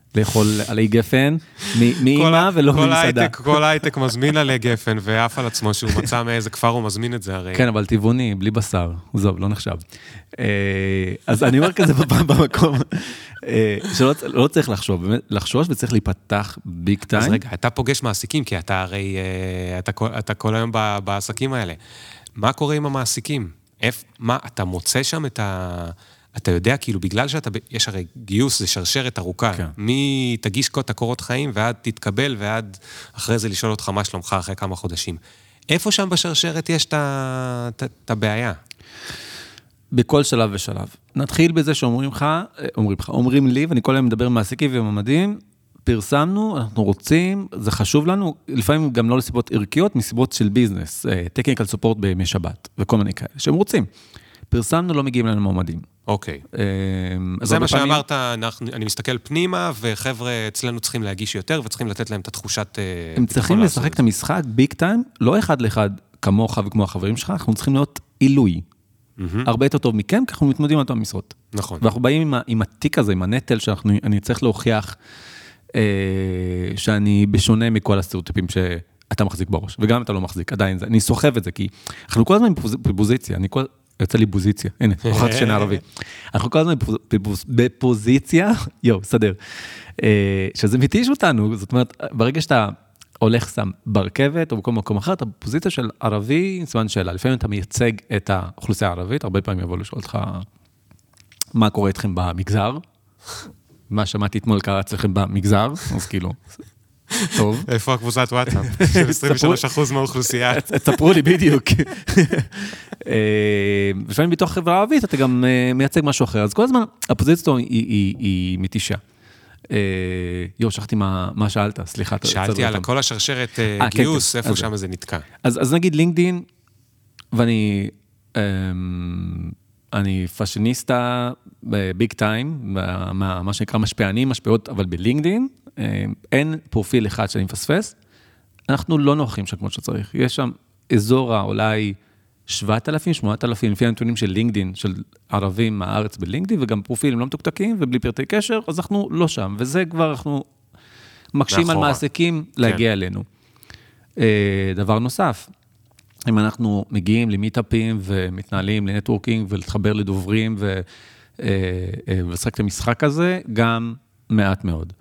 [SPEAKER 4] לאכול עלי גפן, מאמא ולא ממסעדה.
[SPEAKER 1] כל הייטק מזמין עלי גפן, ואף על עצמו שהוא מצא מאיזה כפר הוא מזמין את זה הרי.
[SPEAKER 4] כן, אבל טבעוני, בלי בשר, זוב, לא נחשב. אז אני אומר כזה במקום, שלא צריך לחשוב, באמת, לחשוש וצריך להיפתח ביג טיים.
[SPEAKER 1] אז רגע, אתה פוגש מעסיקים, כי אתה הרי, אתה כל היום בעסקים האלה. מה קורה עם המעסיקים? מה, אתה מוצא שם את ה... אתה יודע, כאילו, בגלל שאתה, יש הרי גיוס, זה שרשרת ארוכה. כן. מי תגיש את הקורות חיים, ועד תתקבל, ועד אחרי זה לשאול אותך מה שלומך אחרי כמה חודשים. איפה שם בשרשרת יש את הבעיה?
[SPEAKER 4] בכל שלב ושלב. נתחיל בזה שאומרים לך, אומרים לך, אומרים לי, ואני כל היום מדבר עם מעסיקים וממדים, פרסמנו, אנחנו רוצים, זה חשוב לנו, לפעמים גם לא לסיבות ערכיות, מסיבות של ביזנס, טכניקל סופורט בימי שבת, וכל מיני כאלה, שהם רוצים. פרסמנו, לא מגיעים לנו מועמדים.
[SPEAKER 1] אוקיי. זה מה שאמרת, אני מסתכל פנימה, וחבר'ה אצלנו צריכים להגיש יותר, וצריכים לתת להם את התחושת...
[SPEAKER 4] הם צריכים לשחק את המשחק ביג טיים, לא אחד לאחד כמוך וכמו החברים שלך, אנחנו צריכים להיות עילוי. הרבה יותר טוב מכם, כי אנחנו מתמודדים על אותם משרות.
[SPEAKER 1] נכון.
[SPEAKER 4] ואנחנו באים עם התיק הזה, עם הנטל, שאני צריך להוכיח שאני בשונה מכל הסטריאוטיפים שאתה מחזיק בראש, וגם אתה לא מחזיק, עדיין זה. אני סוחב את זה, כי אנחנו כל הזמן בפוזיציה, אני כל... יוצא לי פוזיציה, הנה, הוכחת שנה ערבי. אנחנו כל הזמן בפוזיציה, יו, סדר, שזה מתיש אותנו, זאת אומרת, ברגע שאתה הולך שם ברכבת, או בכל מקום אחר, אתה בפוזיציה של ערבי, סימן שאלה, לפעמים אתה מייצג את האוכלוסייה הערבית, הרבה פעמים יבוא לשאול אותך, מה קורה איתכם במגזר? מה שמעתי אתמול קרה אצלכם במגזר, אז כאילו... טוב.
[SPEAKER 1] איפה הקבוצת וואטסאפ? של עשרים ושלושה אחוז מהאוכלוסייה.
[SPEAKER 4] תספרו לי בדיוק. לפעמים בתוך חברה ערבית אתה גם מייצג משהו אחר, אז כל הזמן הפוזיציה היא מתישה. יו, שכחתי מה שאלת, סליחה.
[SPEAKER 1] שאלתי על כל השרשרת גיוס, איפה שם זה נתקע.
[SPEAKER 4] אז נגיד לינקדין, ואני אני פאשיניסטה בביג טיים, מה שנקרא משפיענים, משפיעות, אבל בלינקדין, אין פרופיל אחד שאני מפספס, אנחנו לא נוחים שם כמו שצריך. יש שם אזור אולי שבעת אלפים, שמונת אלפים, לפי הנתונים של לינקדין, של ערבים מהארץ בלינקדין, וגם פרופילים לא מתוקתקים ובלי פרטי קשר, אז אנחנו לא שם, וזה כבר אנחנו מקשים על מעסיקים להגיע אלינו. דבר נוסף, אם אנחנו מגיעים למיטאפים ומתנהלים לנטוורקינג ולהתחבר לדוברים ולשחק את המשחק הזה, גם מעט מאוד.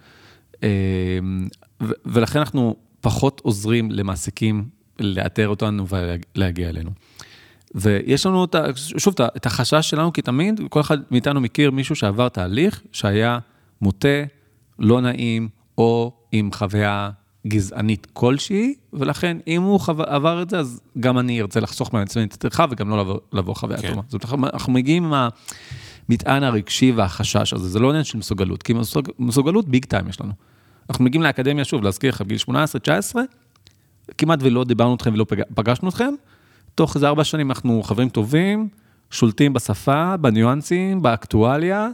[SPEAKER 4] ולכן אנחנו פחות עוזרים למעסיקים לאתר אותנו ולהגיע אלינו. ויש לנו, שוב, את החשש שלנו, כי תמיד כל אחד מאיתנו מכיר מישהו שעבר תהליך שהיה מוטה, לא נעים, או עם חוויה גזענית כלשהי, ולכן אם הוא עבר את זה, אז גם אני ארצה לחסוך מעצמי את התרחה, וגם לא לעבור חוויה טובה. זאת אומרת, אנחנו מגיעים עם המטען הרגשי והחשש הזה, זה לא עניין של מסוגלות, כי מסוגלות ביג טיים יש לנו. אנחנו מגיעים לאקדמיה, שוב, להזכיר לך, בגיל שמונה עשרה תשע עשרה, כמעט ולא דיברנו אתכם ולא פגשנו אתכם, תוך איזה ארבע שנים אנחנו חברים טובים, שולטים בשפה, בניואנסים, באקטואליה,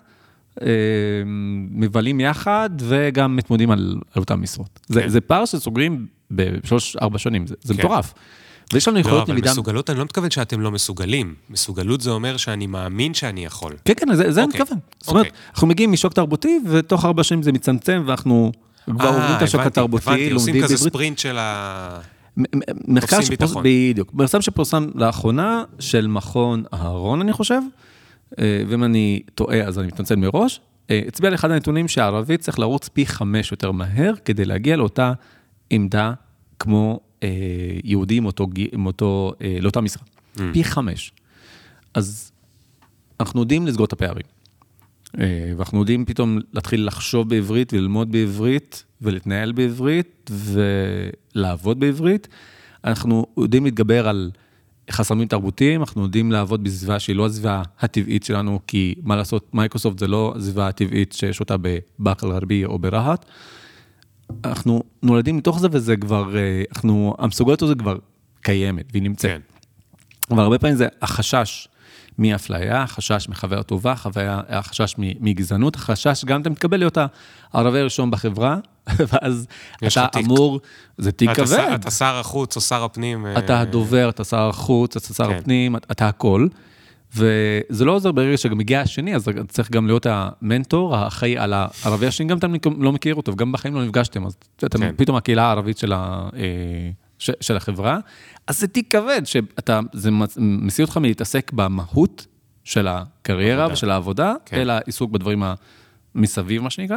[SPEAKER 4] מבלים יחד, וגם מתמודדים על, על אותם משרות. זה, זה פער שסוגרים בשלוש, ארבע שנים, זה, זה מטורף. ויש לנו יכולות
[SPEAKER 1] למידה... לא, אבל מסוגלות, אני לא מתכוון שאתם לא מסוגלים. מסוגלות זה אומר שאני מאמין שאני יכול.
[SPEAKER 4] כן, כן, זה, זה אני מתכוון. זאת אומרת, אנחנו מגיעים משוק תרבותי, ותוך ארבע שנים זה מצמצם, ואנחנו כבר עוברים את השוק התרבותי.
[SPEAKER 1] הבנתי, עושים כזה ספרינט של ה...
[SPEAKER 4] מחקר שפורסם, בדיוק, מחקר שפורסם לאחרונה, של מכון אהרון, אני חושב, ואם אני טועה, אז אני מתנצל מראש, הצביע על אחד הנתונים שהערבית צריך לרוץ פי חמש יותר מהר, כדי להגיע לאותה עמדה, כמו יהודי עם אותו, עם אותו, לאותה משרה. Mm. פי חמש. אז אנחנו יודעים לסגור את הפערים. ואנחנו יודעים פתאום להתחיל לחשוב בעברית, וללמוד בעברית, ולהתנהל בעברית, ולעבוד בעברית. אנחנו יודעים להתגבר על חסמים תרבותיים, אנחנו יודעים לעבוד בסביבה שהיא לא הסביבה הטבעית שלנו, כי מה לעשות, מייקרוסופט זה לא הסביבה הטבעית שיש אותה בבאקה אל-גרבייה או ברהט. אנחנו נולדים מתוך זה, וזה כבר, אנחנו, המסוגלות הזו כבר קיימת, והיא נמצאת. כן. אבל הרבה פעמים זה החשש מאפליה, החשש מחוויה טובה, החשש מגזענות, החשש גם אתה מתקבל להיות הערבי הראשון בחברה, ואז אתה אמור, זה תיק כבד.
[SPEAKER 1] אתה שר החוץ או שר הפנים.
[SPEAKER 4] אתה הדובר, אתה שר החוץ, אתה שר הפנים, אתה הכל. וזה לא עוזר ברגע שגם מגיע השני, אז צריך גם להיות המנטור, האחראי על הערבי השני, גם אתה לא מכיר אותו, וגם בחיים לא נפגשתם, אז אתם כן. פתאום הקהילה הערבית של, ה, ש, של החברה, אז זה תיק כבד, שאתה, זה מסיר אותך מלהתעסק במהות של הקריירה עבודה. ושל העבודה, כן. אלא עיסוק בדברים המסביב, מה שנקרא.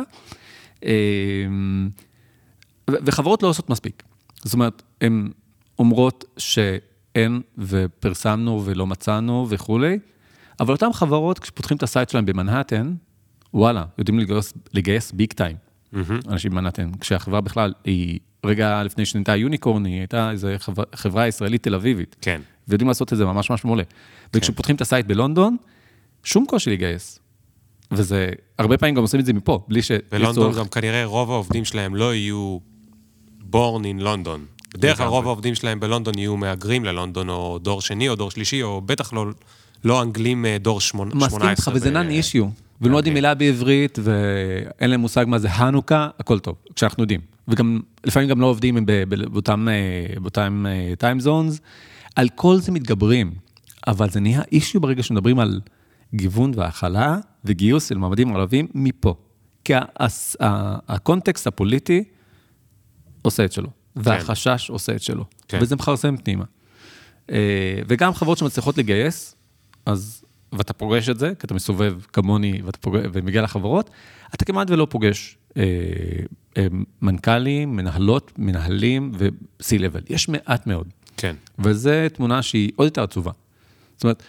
[SPEAKER 4] וחברות לא עושות מספיק. זאת אומרת, הן אומרות שאין ופרסמנו ולא מצאנו וכולי, אבל אותן חברות, כשפותחים את הסייט שלהם במנהטן, וואלה, יודעים לגייס, לגייס ביג טיים, mm-hmm. אנשים במנהטן, כשהחברה בכלל היא, רגע לפני שנתה יוניקורן, היא הייתה איזו חברה, חברה ישראלית תל אביבית. כן. ויודעים לעשות את זה ממש ממש מעולה. כן. וכשפותחים את הסייט בלונדון, שום קושי לגייס. וזה, הרבה פעמים גם עושים את זה מפה, בלי ש...
[SPEAKER 1] בלונדון גם כנראה רוב העובדים שלהם לא יהיו born in London. בדרך כלל רוב העובדים שלהם בלונדון יהיו מהגרים ללונדון, או דור שני, או דור שלישי, או בטח לא, לא אנגלים דור שמונה עשרה.
[SPEAKER 4] מסכים לך, וזה נן אישיו. ולא יודעים מילה בעברית, ואין להם מושג מה זה הנוקה, הכל טוב, כשאנחנו יודעים. וגם, לפעמים גם לא עובדים באותם, באותם time zones. על כל זה מתגברים, אבל זה נהיה אישיו ברגע שמדברים על גיוון והאכלה, וגיוס של מעמדים ערבים מפה. כי הקונטקסט הפוליטי עושה את שלו, והחשש עושה את שלו, וזה מחרסם פנימה. וגם חברות שמצליחות לגייס, אז, ואתה פוגש את זה, כי אתה מסובב כמוני, ומגיע לחברות, אתה כמעט ולא פוגש מנכ"לים, מנהלות, מנהלים ו-C-Level. יש מעט מאוד.
[SPEAKER 1] כן.
[SPEAKER 4] וזו תמונה שהיא עוד יותר עצובה. זאת אומרת,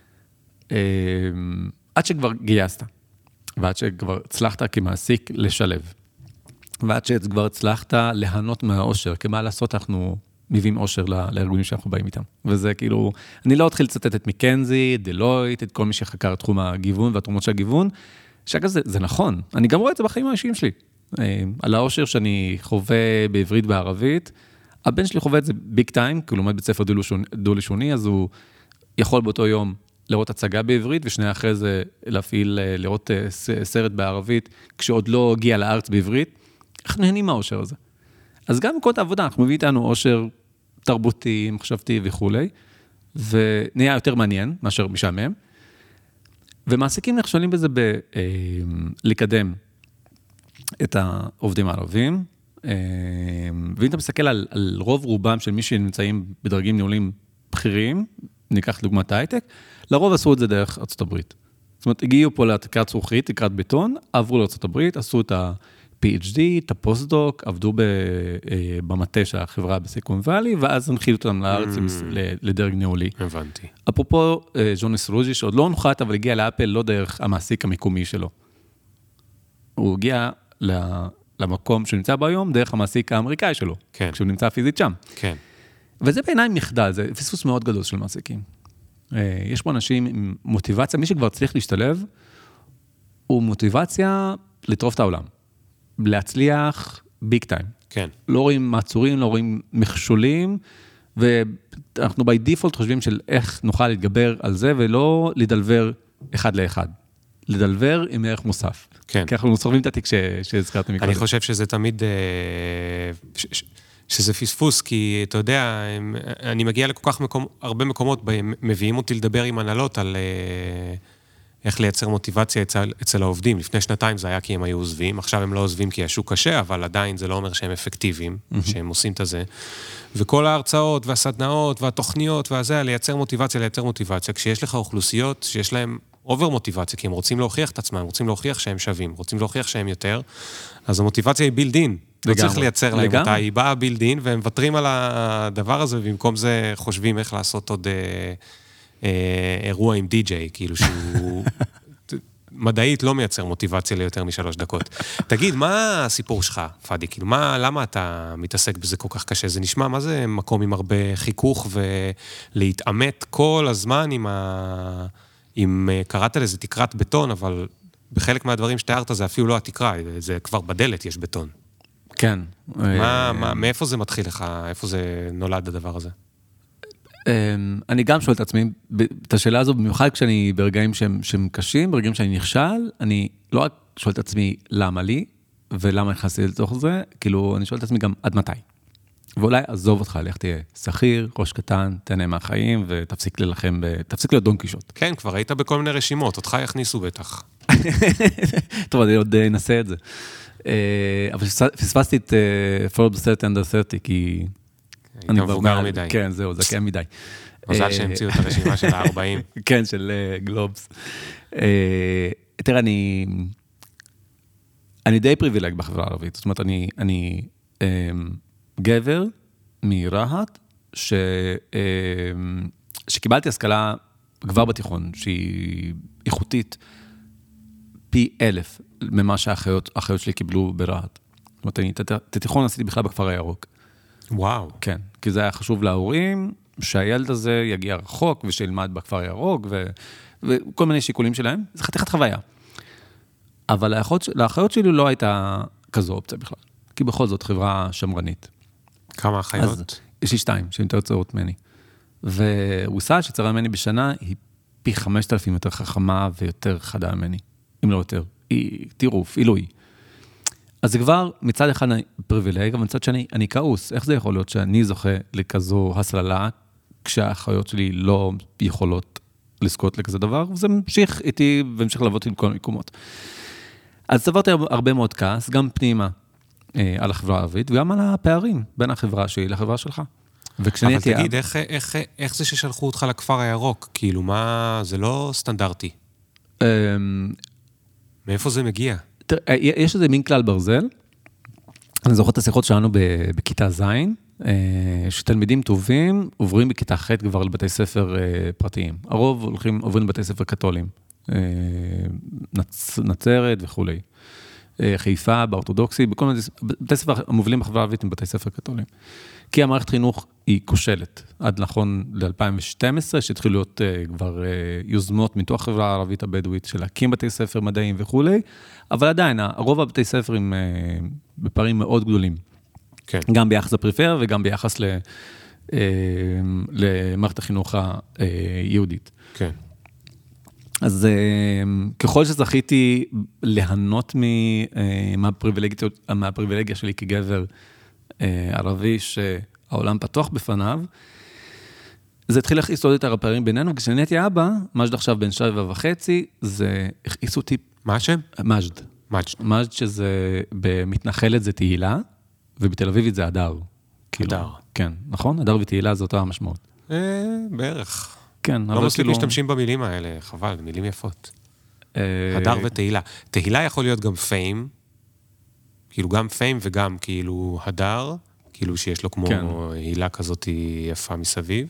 [SPEAKER 4] עד שכבר גייסת, ועד שכבר הצלחת כמעסיק לשלב, ועד שכבר הצלחת להנות מהאושר, כי מה לעשות, אנחנו מביאים אושר לארגונים שאנחנו באים איתם. וזה כאילו, אני לא אתחיל לצטט את מקנזי, דלויט, את כל מי שחקר את תחום הגיוון והתרומות של הגיוון, שאגב זה, זה נכון, אני גם רואה את זה בחיים האישיים שלי. על האושר שאני חווה בעברית בערבית, הבן שלי חווה את זה ביג טיים, כי הוא לומד בית ספר דו-לשוני, אז הוא יכול באותו יום לראות הצגה בעברית, ושנייה אחרי זה להפעיל, לראות סרט בערבית, כשעוד לא הגיע לארץ בעברית. אנחנו נהנים מהאושר הזה. אז גם בכל העבודה, אנחנו מביא איתנו אושר תרבותי, מחשבתי וכו', ונהיה יותר מעניין, מאשר משעמם. ומעסיקים נכשלים בזה בלקדם את העובדים הערבים, ואם אתה מסתכל על, על רוב רובם של מי שנמצאים בדרגים ניהולים בכירים, ניקח דוגמת ההייטק, לרוב עשו את זה דרך ארצות הברית. זאת אומרת, הגיעו פה לתקרת זכוכית, תקרת בטון, עברו לארצות הברית, עשו את ה-פי אייץ' די, את הפוסט-דוק, עבדו במטה של החברה בסיליקון ואלי, ואז הנחילו אותם לארץ לדרג ניהולי.
[SPEAKER 1] הבנתי.
[SPEAKER 4] אפרופו ג'וניס רוז'י, שעוד לא הונחת, אבל הגיע לאפל לא דרך המעסיק המקומי שלו. הוא הגיע למקום שהוא נמצא בו היום, דרך המעסיק האמריקאי שלו, כן. כשהוא נמצא פיזית שם.
[SPEAKER 1] כן.
[SPEAKER 4] וזה בעיניי מחדל, זה פספוס מאוד גדול של מעסיקים. יש פה אנשים עם מוטיבציה, מי שכבר צריך להשתלב, הוא מוטיבציה לטרוף את העולם. להצליח ביג טיים.
[SPEAKER 1] כן.
[SPEAKER 4] לא רואים מעצורים, לא רואים מכשולים, ואנחנו בי דיפולט חושבים של איך נוכל להתגבר על זה, ולא לדלבר אחד לאחד. לדלבר עם ערך מוסף.
[SPEAKER 1] כן.
[SPEAKER 4] כי אנחנו סורבים את התיק שהזכרתם מקודם.
[SPEAKER 1] אני חושב שזה תמיד, שזה פספוס, כי אתה יודע, אני מגיע לכל כך מקום, הרבה מקומות, מביאים אותי לדבר עם הנהלות על איך לייצר מוטיבציה אצל, אצל העובדים. לפני שנתיים זה היה כי הם היו עוזבים, עכשיו הם לא עוזבים כי השוק קשה, אבל עדיין זה לא אומר שהם אפקטיביים, שהם עושים את זה. וכל ההרצאות והסדנאות והתוכניות והזה, לייצר מוטיבציה, לייצר מוטיבציה, כשיש לך אוכלוסיות שיש להם אובר מוטיבציה, כי הם רוצים להוכיח את עצמם, הם רוצים להוכיח שהם שווים, רוצים להוכיח שהם יותר, אז המוטיבציה היא בילדין. לא צריך לייצר להם אותה, היא באה בילדין, והם מוותרים על הדבר הזה, ובמקום זה חושבים איך לעשות עוד אה, אה, אירוע עם די-ג'יי, כאילו שהוא מדעית לא מייצר מוטיבציה ליותר משלוש דקות. תגיד, מה הסיפור שלך, פאדי? כאילו, מה, למה אתה מתעסק בזה כל כך קשה? זה נשמע, מה זה מקום עם הרבה חיכוך, ולהתאמת כל הזמן עם ה... אם קראת לזה תקרת בטון, אבל בחלק מהדברים שתיארת זה אפילו לא התקרה, זה כבר בדלת יש בטון.
[SPEAKER 4] כן.
[SPEAKER 1] מה, מה, מאיפה זה מתחיל לך? איפה זה נולד הדבר הזה?
[SPEAKER 4] אני גם שואל את עצמי, את השאלה הזו, במיוחד כשאני ברגעים שהם, שהם קשים, ברגעים שאני נכשל, אני לא רק שואל את עצמי למה לי, ולמה נכנסתי לתוך זה, כאילו אני שואל את עצמי גם עד מתי. ואולי עזוב אותך, לך תהיה שכיר, ראש קטן, תהנה מהחיים, ותפסיק ללחם, תפסיק להיות דון קישוט.
[SPEAKER 1] כן, כבר היית בכל מיני רשימות, אותך יכניסו בטח.
[SPEAKER 4] טוב, אני עוד אנסה את זה. אבל פספסתי את Forbes thirty under thirty, כי...
[SPEAKER 1] היית מבוגר מדי.
[SPEAKER 4] כן, זהו, זקן מדי.
[SPEAKER 1] מזל שהמציאו את הרשימה של ה-ארבעים.
[SPEAKER 4] כן, של גלובס. תראה, אני... אני די פריבילג בחברה הערבית. זאת אומרת, אני... אני גבר מרהט, ש... שקיבלתי השכלה כבר בתיכון, שהיא איכותית, פי אלף ממה שהאחיות שלי קיבלו ברהט. זאת אומרת, אני את התיכון עשיתי בכלל בכפר הירוק.
[SPEAKER 1] וואו.
[SPEAKER 4] כן, כי זה היה חשוב להורים, שהילד הזה יגיע רחוק, ושילמד בכפר הירוק, ו... וכל מיני שיקולים שלהם. זה חתיכת חוויה. אבל לאחיות, לאחיות שלי לא הייתה כזו אופציה בכלל. כי בכל זאת חברה שמרנית.
[SPEAKER 1] כמה אחיות?
[SPEAKER 4] אז יש לי שתיים, שהן יותר צעירות ממני. וווסל שצרה ממני בשנה, היא פי חמשת אלפים יותר חכמה ויותר חדה ממני. אם לא יותר. היא טירוף, עילוי. אז זה כבר מצד אחד פריבילג, אבל מצד שני, אני כעוס. איך זה יכול להיות שאני זוכה לכזו הסללה, כשהאחיות שלי לא יכולות לזכות לכזה דבר, וזה ממשיך איתי והמשיך לעבוד איתי בכל המקומות. אז צברתי הרבה מאוד כעס, גם פנימה אה, על החברה הערבית, וגם על הפערים בין החברה שלי לחברה שלך.
[SPEAKER 1] אבל תגיד, איך, איך, איך זה ששלחו אותך לכפר הירוק? כאילו, מה, זה לא סטנדרטי.
[SPEAKER 4] אה,
[SPEAKER 1] מאיפה זה מגיע?
[SPEAKER 4] תראה, יש איזה מין כלל ברזל, אני זוכר את השיחות שלנו בכיתה ז', שתלמידים טובים עוברים בכיתה ח' כבר לבתי ספר פרטיים. הרוב הולכים, עוברים לבתי ספר קתולים, נצ, נצרת וכולי. חיפה, באורתודוקסי, בכל מיני, בתי ספר המובילים בחברה הערבית הם בתי ספר קתולים. כי המערכת חינוך היא כושלת, עד נכון ל-אלפיים ושתים עשרה, שהתחילו להיות כבר יוזמות מתוך החברה הערבית הבדואית, של להקים בתי ספר מדעיים וכולי, אבל עדיין, הרוב הבתי ספר הם בפערים מאוד גדולים.
[SPEAKER 1] כן.
[SPEAKER 4] גם ביחס לפריפריה וגם ביחס ל, למערכת החינוך היהודית.
[SPEAKER 1] כן.
[SPEAKER 4] אז ככל שזכיתי ליהנות מהפריבילגיה שלי כגבר ערבי שהעולם פתוח בפניו, זה התחיל להכעיס עוד יותר הפערים בינינו, כשאני הייתי אבא, מג'ד עכשיו בן שבע וחצי, זה הכעיס אותי...
[SPEAKER 1] מה השם?
[SPEAKER 4] מג'ד.
[SPEAKER 1] מג'ד.
[SPEAKER 4] מג'ד שזה, במתנחלת זה תהילה, ובתל אביבית זה הדר.
[SPEAKER 1] הדר.
[SPEAKER 4] כן, נכון? הדר ותהילה זה אותה המשמעות.
[SPEAKER 1] אה, בערך.
[SPEAKER 4] כן,
[SPEAKER 1] לא מספיק משתמשים במילים האלה, חבל, מילים יפות. הדר ותהילה. תהילה יכול להיות גם פיים, כאילו גם פיים וגם כאילו הדר, כאילו שיש לו כמו הילה כזאת יפה מסביב.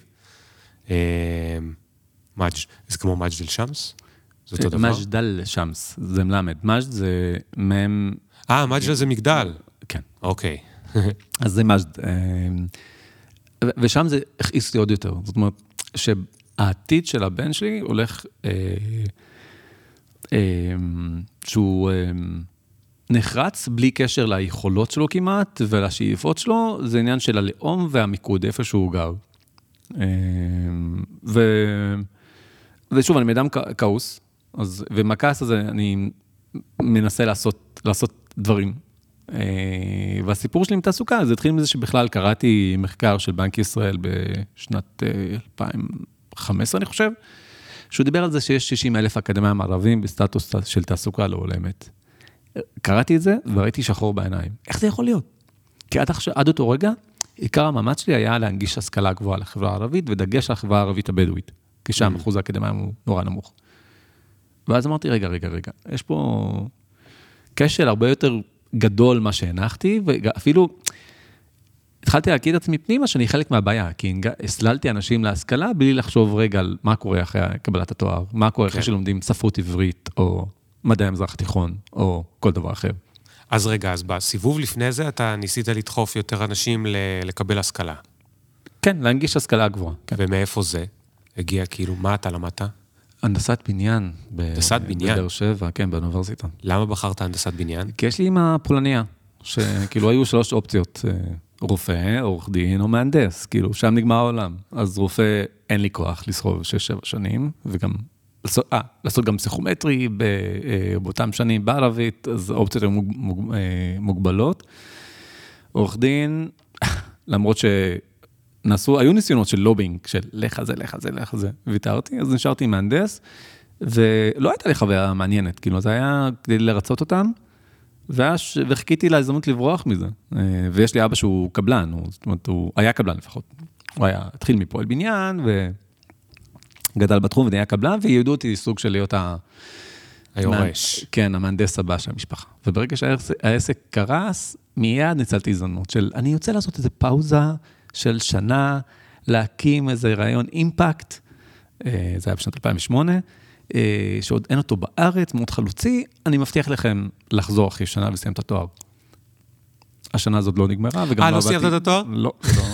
[SPEAKER 1] מג'ד, זה כמו מג'ד אל שמס? זה אותו דבר?
[SPEAKER 4] מג'ד אל שמס, זה מלמד. מג'ד זה מם...
[SPEAKER 1] אה, מג'ד זה מגדל.
[SPEAKER 4] כן.
[SPEAKER 1] אוקיי.
[SPEAKER 4] אז זה מג'ד. ושם זה הכעיס לי עוד יותר. זאת אומרת, שהעתיד של הבן שלי הולך, שהוא נחרץ בלי קשר ליכולות שלו כמעט, ולשאיפות שלו, זה עניין של הלאום והמיקוד, איפה שהוא גר. ו... ושוב, אני מאדם כעוס, אז, ומהכעס הזה אני מנסה לעשות, לעשות דברים. והסיפור שלי עם תעסוקה, זה התחיל מזה שבכלל קראתי מחקר של בנק ישראל בשנת אלפיים וחמש עשרה, אני חושב, שהוא דיבר על זה שיש שישים אלף אקדמיים ערבים בסטטוס של תעסוקה לא הולמת. קראתי את זה וראיתי שחור בעיניים. איך זה יכול להיות? כי עד, עכשיו, עד אותו רגע, עיקר המאמץ שלי היה להנגיש השכלה גבוהה לחברה הערבית, ודגש לחברה הערבית הבדואית, כי שם אחוז האקדמיים הוא נורא נמוך. ואז אמרתי, רגע, רגע, רגע, יש פה כשל הרבה יותר גדול מה שהנחתי, ואפילו התחלתי להגיד את עצמי פנימה שאני חלק מהבעיה, כי הסללתי אנשים להשכלה בלי לחשוב רגע על מה קורה אחרי קבלת התואר, מה קורה אחרי שלומדים ספרות עברית, או מדעי המזרח התיכון, או כל דבר אחר.
[SPEAKER 1] אז רגע, אז בסיבוב לפני זה אתה ניסית לדחוף יותר אנשים לקבל השכלה.
[SPEAKER 4] כן, להנגיש השכלה גבוהה.
[SPEAKER 1] ומאיפה זה? הגיע כאילו, מה אתה למדת?
[SPEAKER 4] הנדסת בניין.
[SPEAKER 1] הנדסת בניין?
[SPEAKER 4] בבאר שבע, כן, באוניברסיטה.
[SPEAKER 1] למה בחרת הנדסת בניין?
[SPEAKER 4] כי יש לי עם הפולניה, שכאילו היו שלוש אופציות, רופא, עורך דין או מהנדס, כאילו, שם נגמר העולם. אז רופא, אין לי כוח לסחוב שש, שבע שנים, וגם, אה, לעשות גם פסיכומטרי באותם שנים בערבית, אז האופציות היו מוגבלות. עורך דין, למרות שנעשו, היו ניסיונות של לובינג, של לך זה, לך זה, לך זה, ויתרתי, אז נשארתי עם מהנדס, ולא הייתה לי חוויה מעניינת, כאילו, זה היה כדי לרצות אותם, ואז, וחיכיתי להזדמנות לברוח מזה. ויש לי אבא שהוא קבלן, הוא, זאת אומרת, הוא היה קבלן לפחות. הוא היה, התחיל מפועל בניין, וגדל בתחום, ונהיה קבלן, ויעדו אותי סוג של להיות ה...
[SPEAKER 1] היורש.
[SPEAKER 4] כן, המהנדס הבא של המשפחה. וברגע שהעסק קרס, מיד ניצלתי הזדמנות של, אני יוצא לעשות איזו פאוזה של שנה, להקים איזה רעיון אימפקט, זה היה בשנת אלפיים ושמונה, שעוד אין אותו בארץ, מאוד חלוצי, אני מבטיח לכם לחזור אחרי שנה ולסיים את התואר. השנה הזאת לא נגמרה, וגם
[SPEAKER 1] אה, לא סיימת את התואר?
[SPEAKER 4] לא.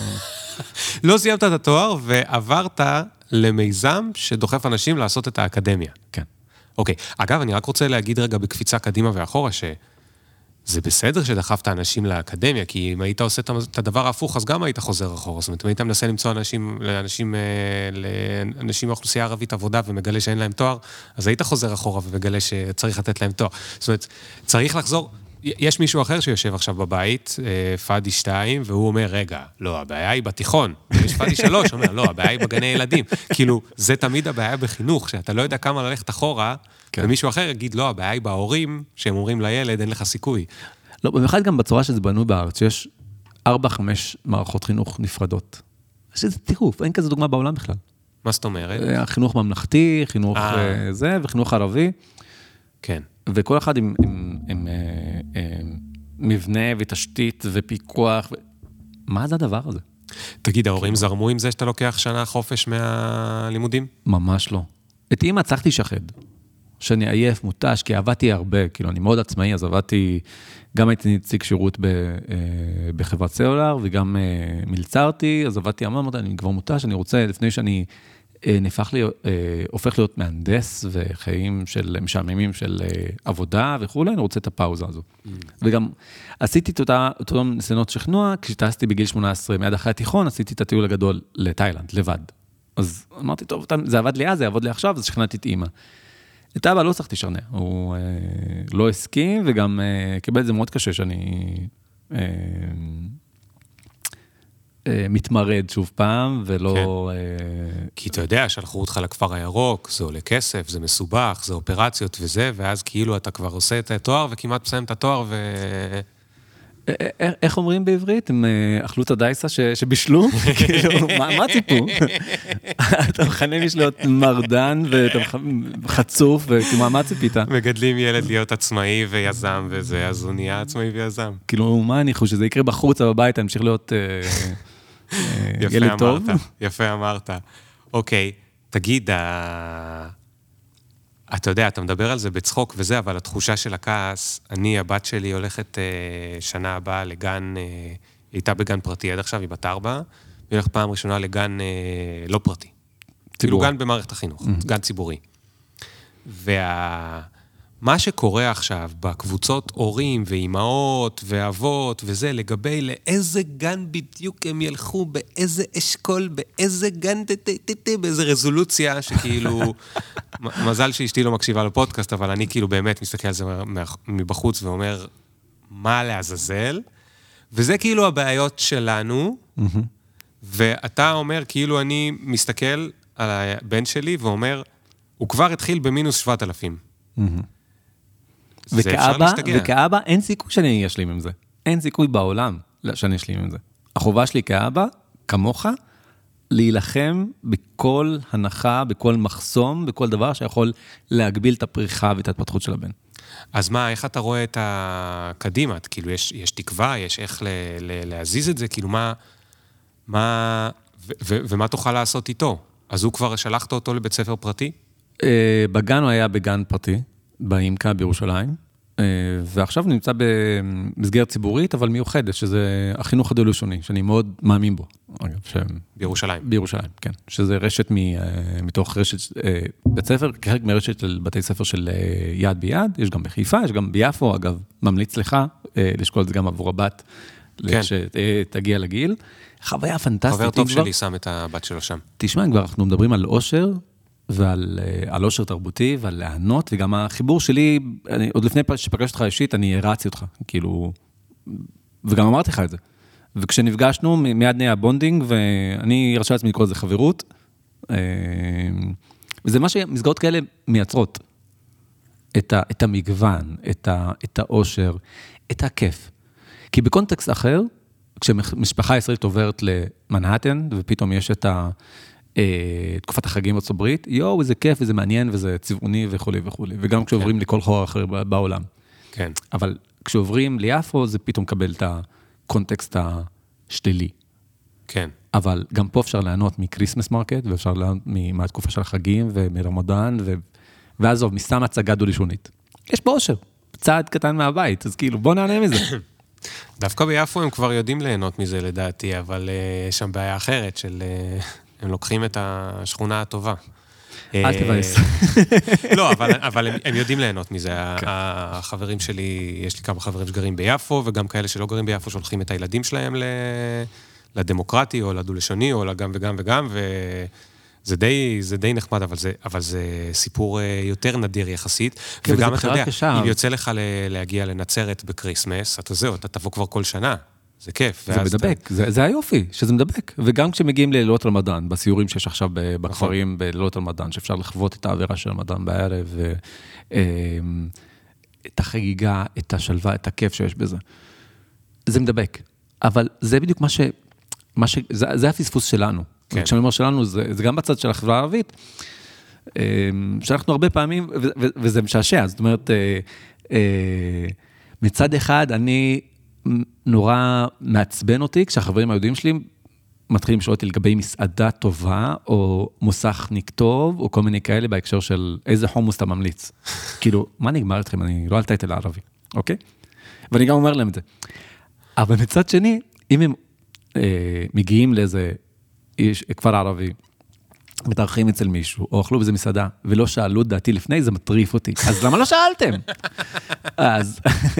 [SPEAKER 1] לא סיימת את התואר, ועברת למיזם שדוחף אנשים לעשות את האקדמיה.
[SPEAKER 4] כן.
[SPEAKER 1] אוקיי, אגב, אני רק רוצה להגיד רגע בקפיצה קדימה ואחורה, שזה בסדר שדחפת אנשים לאקדמיה, כי אם היית עושה את הדבר ההפוך, אז גם היית חוזר אחורה. זאת אומרת, אם היית מנסה למצוא אנשים, לאנשים, לאנשים מאוכלוסייה ערבית עבודה, ומגלה שאין להם תואר, אז היית חוזר אחורה ומגלה שצריך לתת להם תואר. זאת אומרת, צריך לחזור... יש מישהו אחר שיושב עכשיו בבית, פאדי שתיים, והוא אומר, רגע, לא, הבעיה היא בתיכון. יש פאדי שלוש, אומר, לא, הבעיה היא בגני ילדים. כאילו, זה תמיד הבעיה בחינוך, שאתה לא יודע כמה ללכת אחורה, כן. ומישהו אחר יגיד, לא, הבעיה היא בהורים, שהם אומרים לילד, אין לך סיכוי.
[SPEAKER 4] לא, במיוחד גם בצורה שזה בנו בארץ, שיש ארבע, חמש מערכות חינוך נפרדות. שזה טירוף, אין כזה דוגמה בעולם בכלל.
[SPEAKER 1] מה זאת אומרת?
[SPEAKER 4] חינוך ממלכתי, חינוך זה, וחינוך ערבי.
[SPEAKER 1] כן.
[SPEAKER 4] וכל אחד עם, עם, עם, עם מבנה ותשתית ופיקוח. ו... מה זה הדבר הזה?
[SPEAKER 1] תגיד, ההורים זרמו עם זה שאתה לוקח שנה חופש מהלימודים?
[SPEAKER 4] ממש לא. את אמא צריכתי לשחד. שאני עייף, מותש, כי עבדתי הרבה. כאילו, אני מאוד עצמאי, אז עבדתי, גם הייתי נציג שירות ב, בחברת סלולר, וגם מלצרתי, אז עבדתי המון, אמרתי, אני כבר מותש, אני רוצה, לפני שאני... נהפך להיות, הופך להיות מהנדס וחיים של משעממים של עבודה וכו', אני רוצה את הפאוזה הזו. וגם עשיתי את אותם ניסיונות שכנוע, כשטסתי בגיל שמונה עשרה, מיד אחרי התיכון, עשיתי את הטיול הגדול לתאילנד, לבד. אז אמרתי, טוב, זה עבד לי אז, זה עבוד לי עכשיו, אז שכנעתי את אמא. את אבא לא צריכתי לשכנע, הוא לא הסכים, וגם קיבל את זה מאוד קשה שאני... מתמרד שוב פעם, ולא...
[SPEAKER 1] כי אתה יודע, שלחו אותך לכפר הירוק, זה עולה כסף, זה מסובך, זה אופרציות וזה, ואז כאילו אתה כבר עושה את התואר, וכמעט מסיים את התואר, ו...
[SPEAKER 4] איך אומרים בעברית? הם אכלו את הדייסה שבישלו? כאילו, מה ציפו? אתה מכנה מישהו להיות מרדן, ואתה חצוף, וכאילו, מה ציפית?
[SPEAKER 1] מגדלים ילד להיות עצמאי ויזם וזה, אז הוא נהיה עצמאי ויזם.
[SPEAKER 4] כאילו, מה אני חושב, שזה יקרה בחוץ בבית, אני אמשיך להיות ילד טוב?
[SPEAKER 1] יפה אמרת. אוקיי, תגיד, אתה יודע, אתה מדבר על זה בצחוק וזה, אבל התחושה של הכעס, אני, הבת שלי הולכת שנה הבאה לגן, היא הייתה בגן פרטי עד עכשיו, היא בת ארבע, והיא הולכת פעם ראשונה לגן לא פרטי. כאילו גן במערכת החינוך, גן ציבורי. ומה שקורה עכשיו בקבוצות הורים ואימהות ואבות וזה, לגבי לאיזה גן בדיוק הם ילכו, באיזה אשכול, באיזה גן, באיזה רזולוציה, שכאילו, מזל שאשתי לא מקשיבה לפודקאסט, אבל אני כאילו באמת מסתכל על זה מבחוץ ואומר, מה לעזאזל? וזה כאילו הבעיות שלנו, ואתה אומר, כאילו אני מסתכל על הבן שלי ואומר, הוא כבר התחיל במינוס שבעת אלפים.
[SPEAKER 4] וכאבא, וכאבא אין סיכוי שאני אשלים עם זה. אין סיכוי בעולם שאני אשלים עם זה. החובה שלי כאבא, כמוך, להילחם בכל הנחה, בכל מחסום, בכל דבר שיכול להגביל את הפריחה ואת ההתפתחות של הבן.
[SPEAKER 1] אז מה, איך אתה רואה את הקדימה? כאילו, יש, יש תקווה, יש איך ל, ל, להזיז את זה, כאילו, מה, מה, ו, ו, ומה תוכל לעשות איתו? אז הוא כבר שלחת אותו לבית ספר פרטי?
[SPEAKER 4] בגן הוא היה בגן פרטי, באימקה בירושלים, ועכשיו נמצא במסגרת ציבורית, אבל מיוחדת, שזה החינוך הדו-לשוני, שאני מאוד מאמין בו. אגב, ש...
[SPEAKER 1] בירושלים.
[SPEAKER 4] בירושלים, כן. שזה רשת מ... מתוך רשת בית ספר, כחלק מרשת של בתי ספר של יד ביד, יש גם בחיפה, יש גם ביפו, אגב, ממליץ לך, לשקול את זה גם עבור הבת,
[SPEAKER 1] כן.
[SPEAKER 4] שתגיע לגיל. חוויה פנטסטית.
[SPEAKER 1] חבר טוב שלי שם את הבת שלו שם.
[SPEAKER 4] תשמע, כבר אנחנו מדברים על אושר, ועל על אושר תרבותי, ועל לענות, וגם החיבור שלי, אני, עוד לפני שפגשתי אותך אישית, אני הרצתי אותך, כאילו, וגם אמרתי לך את זה. וכשנפגשנו, מיד נהיה בונדינג, ואני הרשה לעצמי לקרוא לזה חברות, וזה מה שמסגרות כאלה מייצרות, את, ה, את המגוון, את, ה, את האושר, את הכיף. כי בקונטקסט אחר, כשמשפחה ישראלית עוברת למנהטן, ופתאום יש את ה, אה, תקופת החגים בארצות הברית, יואו, איזה כיף, וזה מעניין, וזה צבעוני וכו' וכו'. וגם כשעוברים כן. לכל חור אחר בעולם. כן. אבל כשעוברים ליפו, זה פתאום מקבל את הקונטקסט השלילי.
[SPEAKER 1] כן.
[SPEAKER 4] אבל גם פה אפשר לענות מקריסמס מרקט, ואפשר לענות מהתקופה של החגים, ומרמדאן, ו... ואז עוד מסתם הצגה דו-לישונית. יש פה אושר, צעד קטן מהבית, אז כאילו, בוא נענה מזה.
[SPEAKER 1] דווקא ביפו הם כבר יודעים ליהנות מזה לדעתי, אבל יש שם בעיה אחרת של... הם לוקחים את השכונה הטובה.
[SPEAKER 4] אל תבייס.
[SPEAKER 1] לא, אבל הם יודעים ליהנות מזה. החברים שלי, יש לי כמה חברים שגרים ביפו, וגם כאלה שלא גרים ביפו, שולחים את הילדים שלהם לדמוקרטי, או לדו-לשוני, או לגם וגם וגם, וזה די, זה די נחמד, אבל זה, אבל זה סיפור יותר נדיר יחסית. וגם אתה יודע, אם יוצא לך להגיע לנצרת בקריסמס, אתה זהו, אתה תבוא כבר כל שנה. זה כיף.
[SPEAKER 4] זה מדבק, זה, זה היופי, שזה מדבק. וגם כשמגיעים ללילות רמדאן, בסיורים שיש עכשיו בכפרים, בלילות רמדאן, שאפשר לחוות את האווירה של רמדאן בערב, את החגיגה, את השלווה, את הכיף שיש בזה. זה מדבק. אבל זה בדיוק מה ש... מה ש... זה, זה הפספוס שלנו. כן. כשאני אומר שלנו, זה, זה גם בצד של החברה הערבית, שאנחנו הרבה פעמים, ו, ו, וזה משעשע, זאת אומרת, מצד אחד, אני... נורא מעצבן אותי, כשהחברים היהודים שלי מתחילים לשאול אותי לגבי מסעדה טובה, או מוסכניק טוב, או כל מיני כאלה בהקשר של איזה חומוס אתה ממליץ. כאילו, מה נגמר אתכם? אני לא על טייטל הערבי, אוקיי? ואני גם אומר להם את זה. אבל מצד שני, אם הם אה, מגיעים לאיזה איש, כפר ערבי, מתארחים אצל מישהו, או אכלו באיזה מסעדה, ולא שאלו דעתי לפני, זה מטריף אותי. אז למה לא שאלתם? אז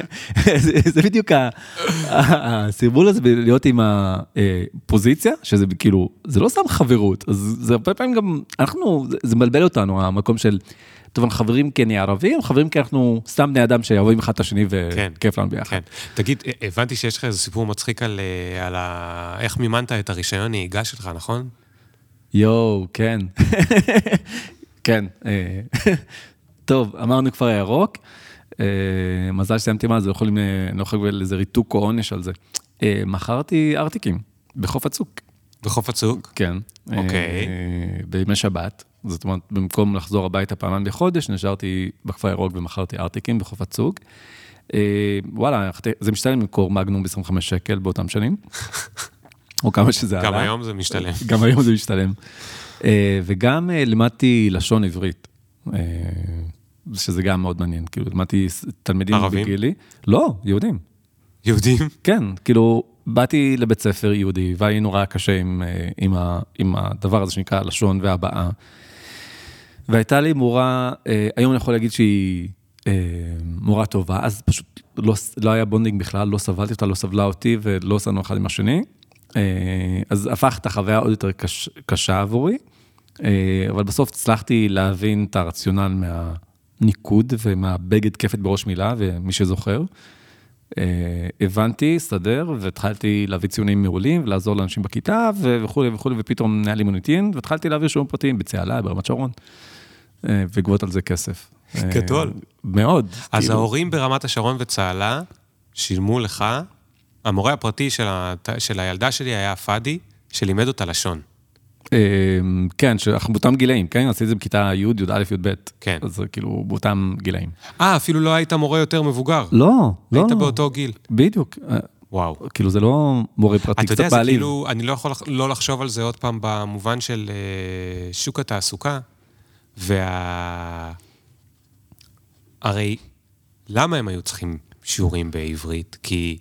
[SPEAKER 4] זה בדיוק הסירבול הזה, להיות עם הפוזיציה, שזה כאילו, זה לא סתם חברות, אז זה הרבה פעמים גם, אנחנו, זה מבלבל אותנו, המקום של, טוב, אנחנו חברים כי אני ערבים, חברים כי אנחנו סתם בני אדם שאוהבים אחד את השני, וכיף לנו ביחד.
[SPEAKER 1] תגיד, הבנתי שיש לך איזה סיפור מצחיק על איך מימנת את הרישיון נהיגה שלך, נכון?
[SPEAKER 4] יואו, כן. כן. טוב, אמרנו כבר ירוק. מזל שסיימתי מה, זה יכולים נוכל איזה ריתוק או עונש על זה. מכרתי ארטיקים, בחוף הצוק.
[SPEAKER 1] בחוף הצוק?
[SPEAKER 4] כן.
[SPEAKER 1] אוקיי.
[SPEAKER 4] בימי שבת. זאת אומרת, במקום לחזור הביתה פעמיים בחודש, נשארתי בכפר ירוק ומכרתי ארטיקים בחוף הצוק. וואלה, זה משתלם למכור מגנום ב-עשרים וחמישה שקל באותם שנים. או כמה שזה עלה.
[SPEAKER 1] גם היום זה משתלם.
[SPEAKER 4] גם היום זה משתלם. וגם למדתי לשון עברית, שזה גם מאוד מעניין. כאילו, למדתי תלמידים בגילי. לא, יהודים.
[SPEAKER 1] יהודים?
[SPEAKER 4] כן, כאילו, באתי לבית ספר יהודי, והיה נורא קשה עם, עם, ה, עם הדבר הזה שנקרא לשון והבעה. והייתה לי מורה, היום אני יכול להגיד שהיא מורה טובה, אז פשוט לא, לא היה בונדינג בכלל, לא סבלתי אותה, לא סבלה אותי, ולא עשינו אחד עם השני. אז הפך את החוויה עוד יותר קש, קשה עבורי, אבל בסוף הצלחתי להבין את הרציונל מהניקוד ומהבגד כפת בראש מילה, ומי שזוכר. הבנתי, סדר, והתחלתי להביא ציונים מעולים, ולעזור לאנשים בכיתה, וכו' וכו', ופתאום נהיה לי מוניטין, והתחלתי להעביר שיעורים פרטיים בצהלה, ברמת שרון, וגבות על זה כסף.
[SPEAKER 1] גדול.
[SPEAKER 4] מאוד.
[SPEAKER 1] אז ההורים ברמת השרון וצהלה שילמו לך, המורה הפרטי של, ה... של הילדה שלי היה פאדי, שלימד אותה לשון.
[SPEAKER 4] כן, שאנחנו באותם גילאים, כן? עשיתי את זה בכיתה י', י' א', י' ב'.
[SPEAKER 1] כן.
[SPEAKER 4] אז כאילו באותם גילאים.
[SPEAKER 1] אה, אפילו לא היית מורה יותר מבוגר.
[SPEAKER 4] לא, לא.
[SPEAKER 1] היית באותו גיל.
[SPEAKER 4] בדיוק.
[SPEAKER 1] וואו.
[SPEAKER 4] כאילו זה לא מורה פרטי,
[SPEAKER 1] קצת בעליב. אתה יודע, זה כאילו, אני לא יכול לא לחשוב על זה עוד פעם במובן של שוק התעסוקה, וה... הרי, למה הם היו צריכים שיעורים בעברית? כי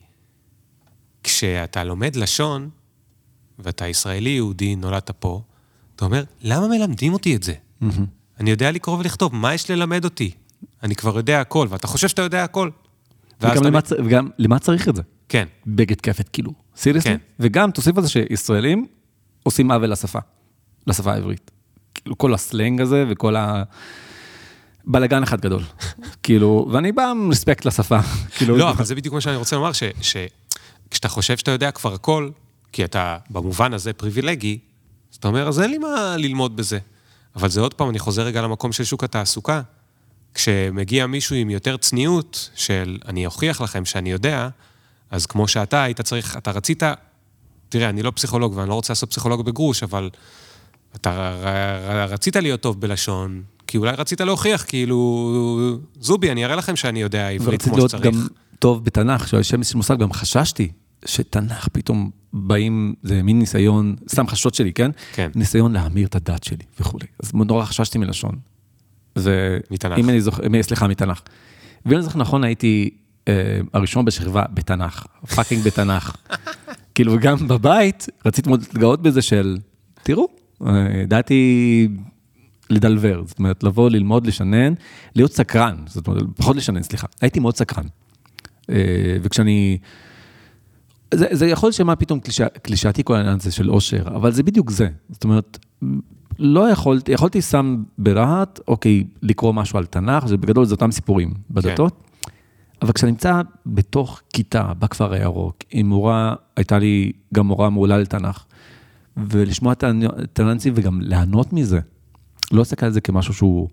[SPEAKER 1] כשאתה לומד לשון, ואתה ישראלי יהודי, נולדת פה, אתה אומר, למה מלמדים אותי את זה? Mm-hmm. אני יודע לקרוא ולכתוב, מה יש ללמד אותי? אני כבר יודע הכל, ואתה חושב שאתה יודע הכל.
[SPEAKER 4] וגם, למה, אתה... וגם למה צריך את זה?
[SPEAKER 1] כן.
[SPEAKER 4] בגד כפת, כאילו. סיריוסלי? כן. וגם תוסיף על זה שישראלים עושים עוול לשפה, לשפה העברית. כאילו כל הסלנג הזה וכל ה... בלגן אחד גדול. כאילו, ואני בא עם רספקט לשפה. כאילו,
[SPEAKER 1] לא, אבל זה בדיוק מה שאני רוצה לומר, ש... ש... כשאתה חושב שאתה יודע כבר הכל, כי אתה במובן הזה פריבילגי, אז אתה אומר, אז אין לי מה ללמוד בזה. אבל זה עוד פעם, אני חוזר רגע למקום של שוק התעסוקה, כשמגיע מישהו עם יותר צניעות, של אני אוכיח לכם שאני יודע, אז כמו שאתה היית צריך, אתה רצית, תראה, אני לא פסיכולוג, ואני לא רוצה לעשות פסיכולוג בגרוש, אבל אתה רצית להיות טוב בלשון, כי אולי רצית להוכיח, כאילו, זובי, אני אראה לכם שאני יודע עברית כמו שצריך.
[SPEAKER 4] ורציתי להיות גם טוב בתנ"ך, שהשם של מושג, גם חששתי שתנ"ך פתאום באים, זה מין ניסיון, סתם חששות שלי, כן?
[SPEAKER 1] כן.
[SPEAKER 4] ניסיון להמיר את הדת שלי וכו'. אז נורא חששתי מלשון. ו...
[SPEAKER 1] מתנ"ך.
[SPEAKER 4] אם אני זוכר, סליחה, מתנ"ך. ואם אני זוכר נכון, הייתי אה, הראשון בשכבה בתנ"ך, פאקינג בתנ"ך. כאילו, גם בבית, רציתי מאוד להתגאות בזה של, תראו, ידעתי לדלבר, זאת אומרת, לבוא, ללמוד, לשנן, להיות סקרן, זאת אומרת, פחות לשנן, סליחה. הייתי מאוד סקרן. וכשאני... זה, זה יכול להיות שמה פתאום קלישאתי כל העניין הזה של אושר, אבל זה בדיוק זה. זאת אומרת, לא יכולתי, יכולתי שם ברהט, אוקיי, לקרוא משהו על תנ"ך, זה בגדול זה אותם סיפורים בדתות, כן. אבל כשאני נמצא בתוך כיתה, בכפר הירוק, עם מורה, הייתה לי גם מורה מעולה לתנ"ך, ולשמוע את הנאנסים וגם לענות מזה, לא עושה על זה כמשהו שהוא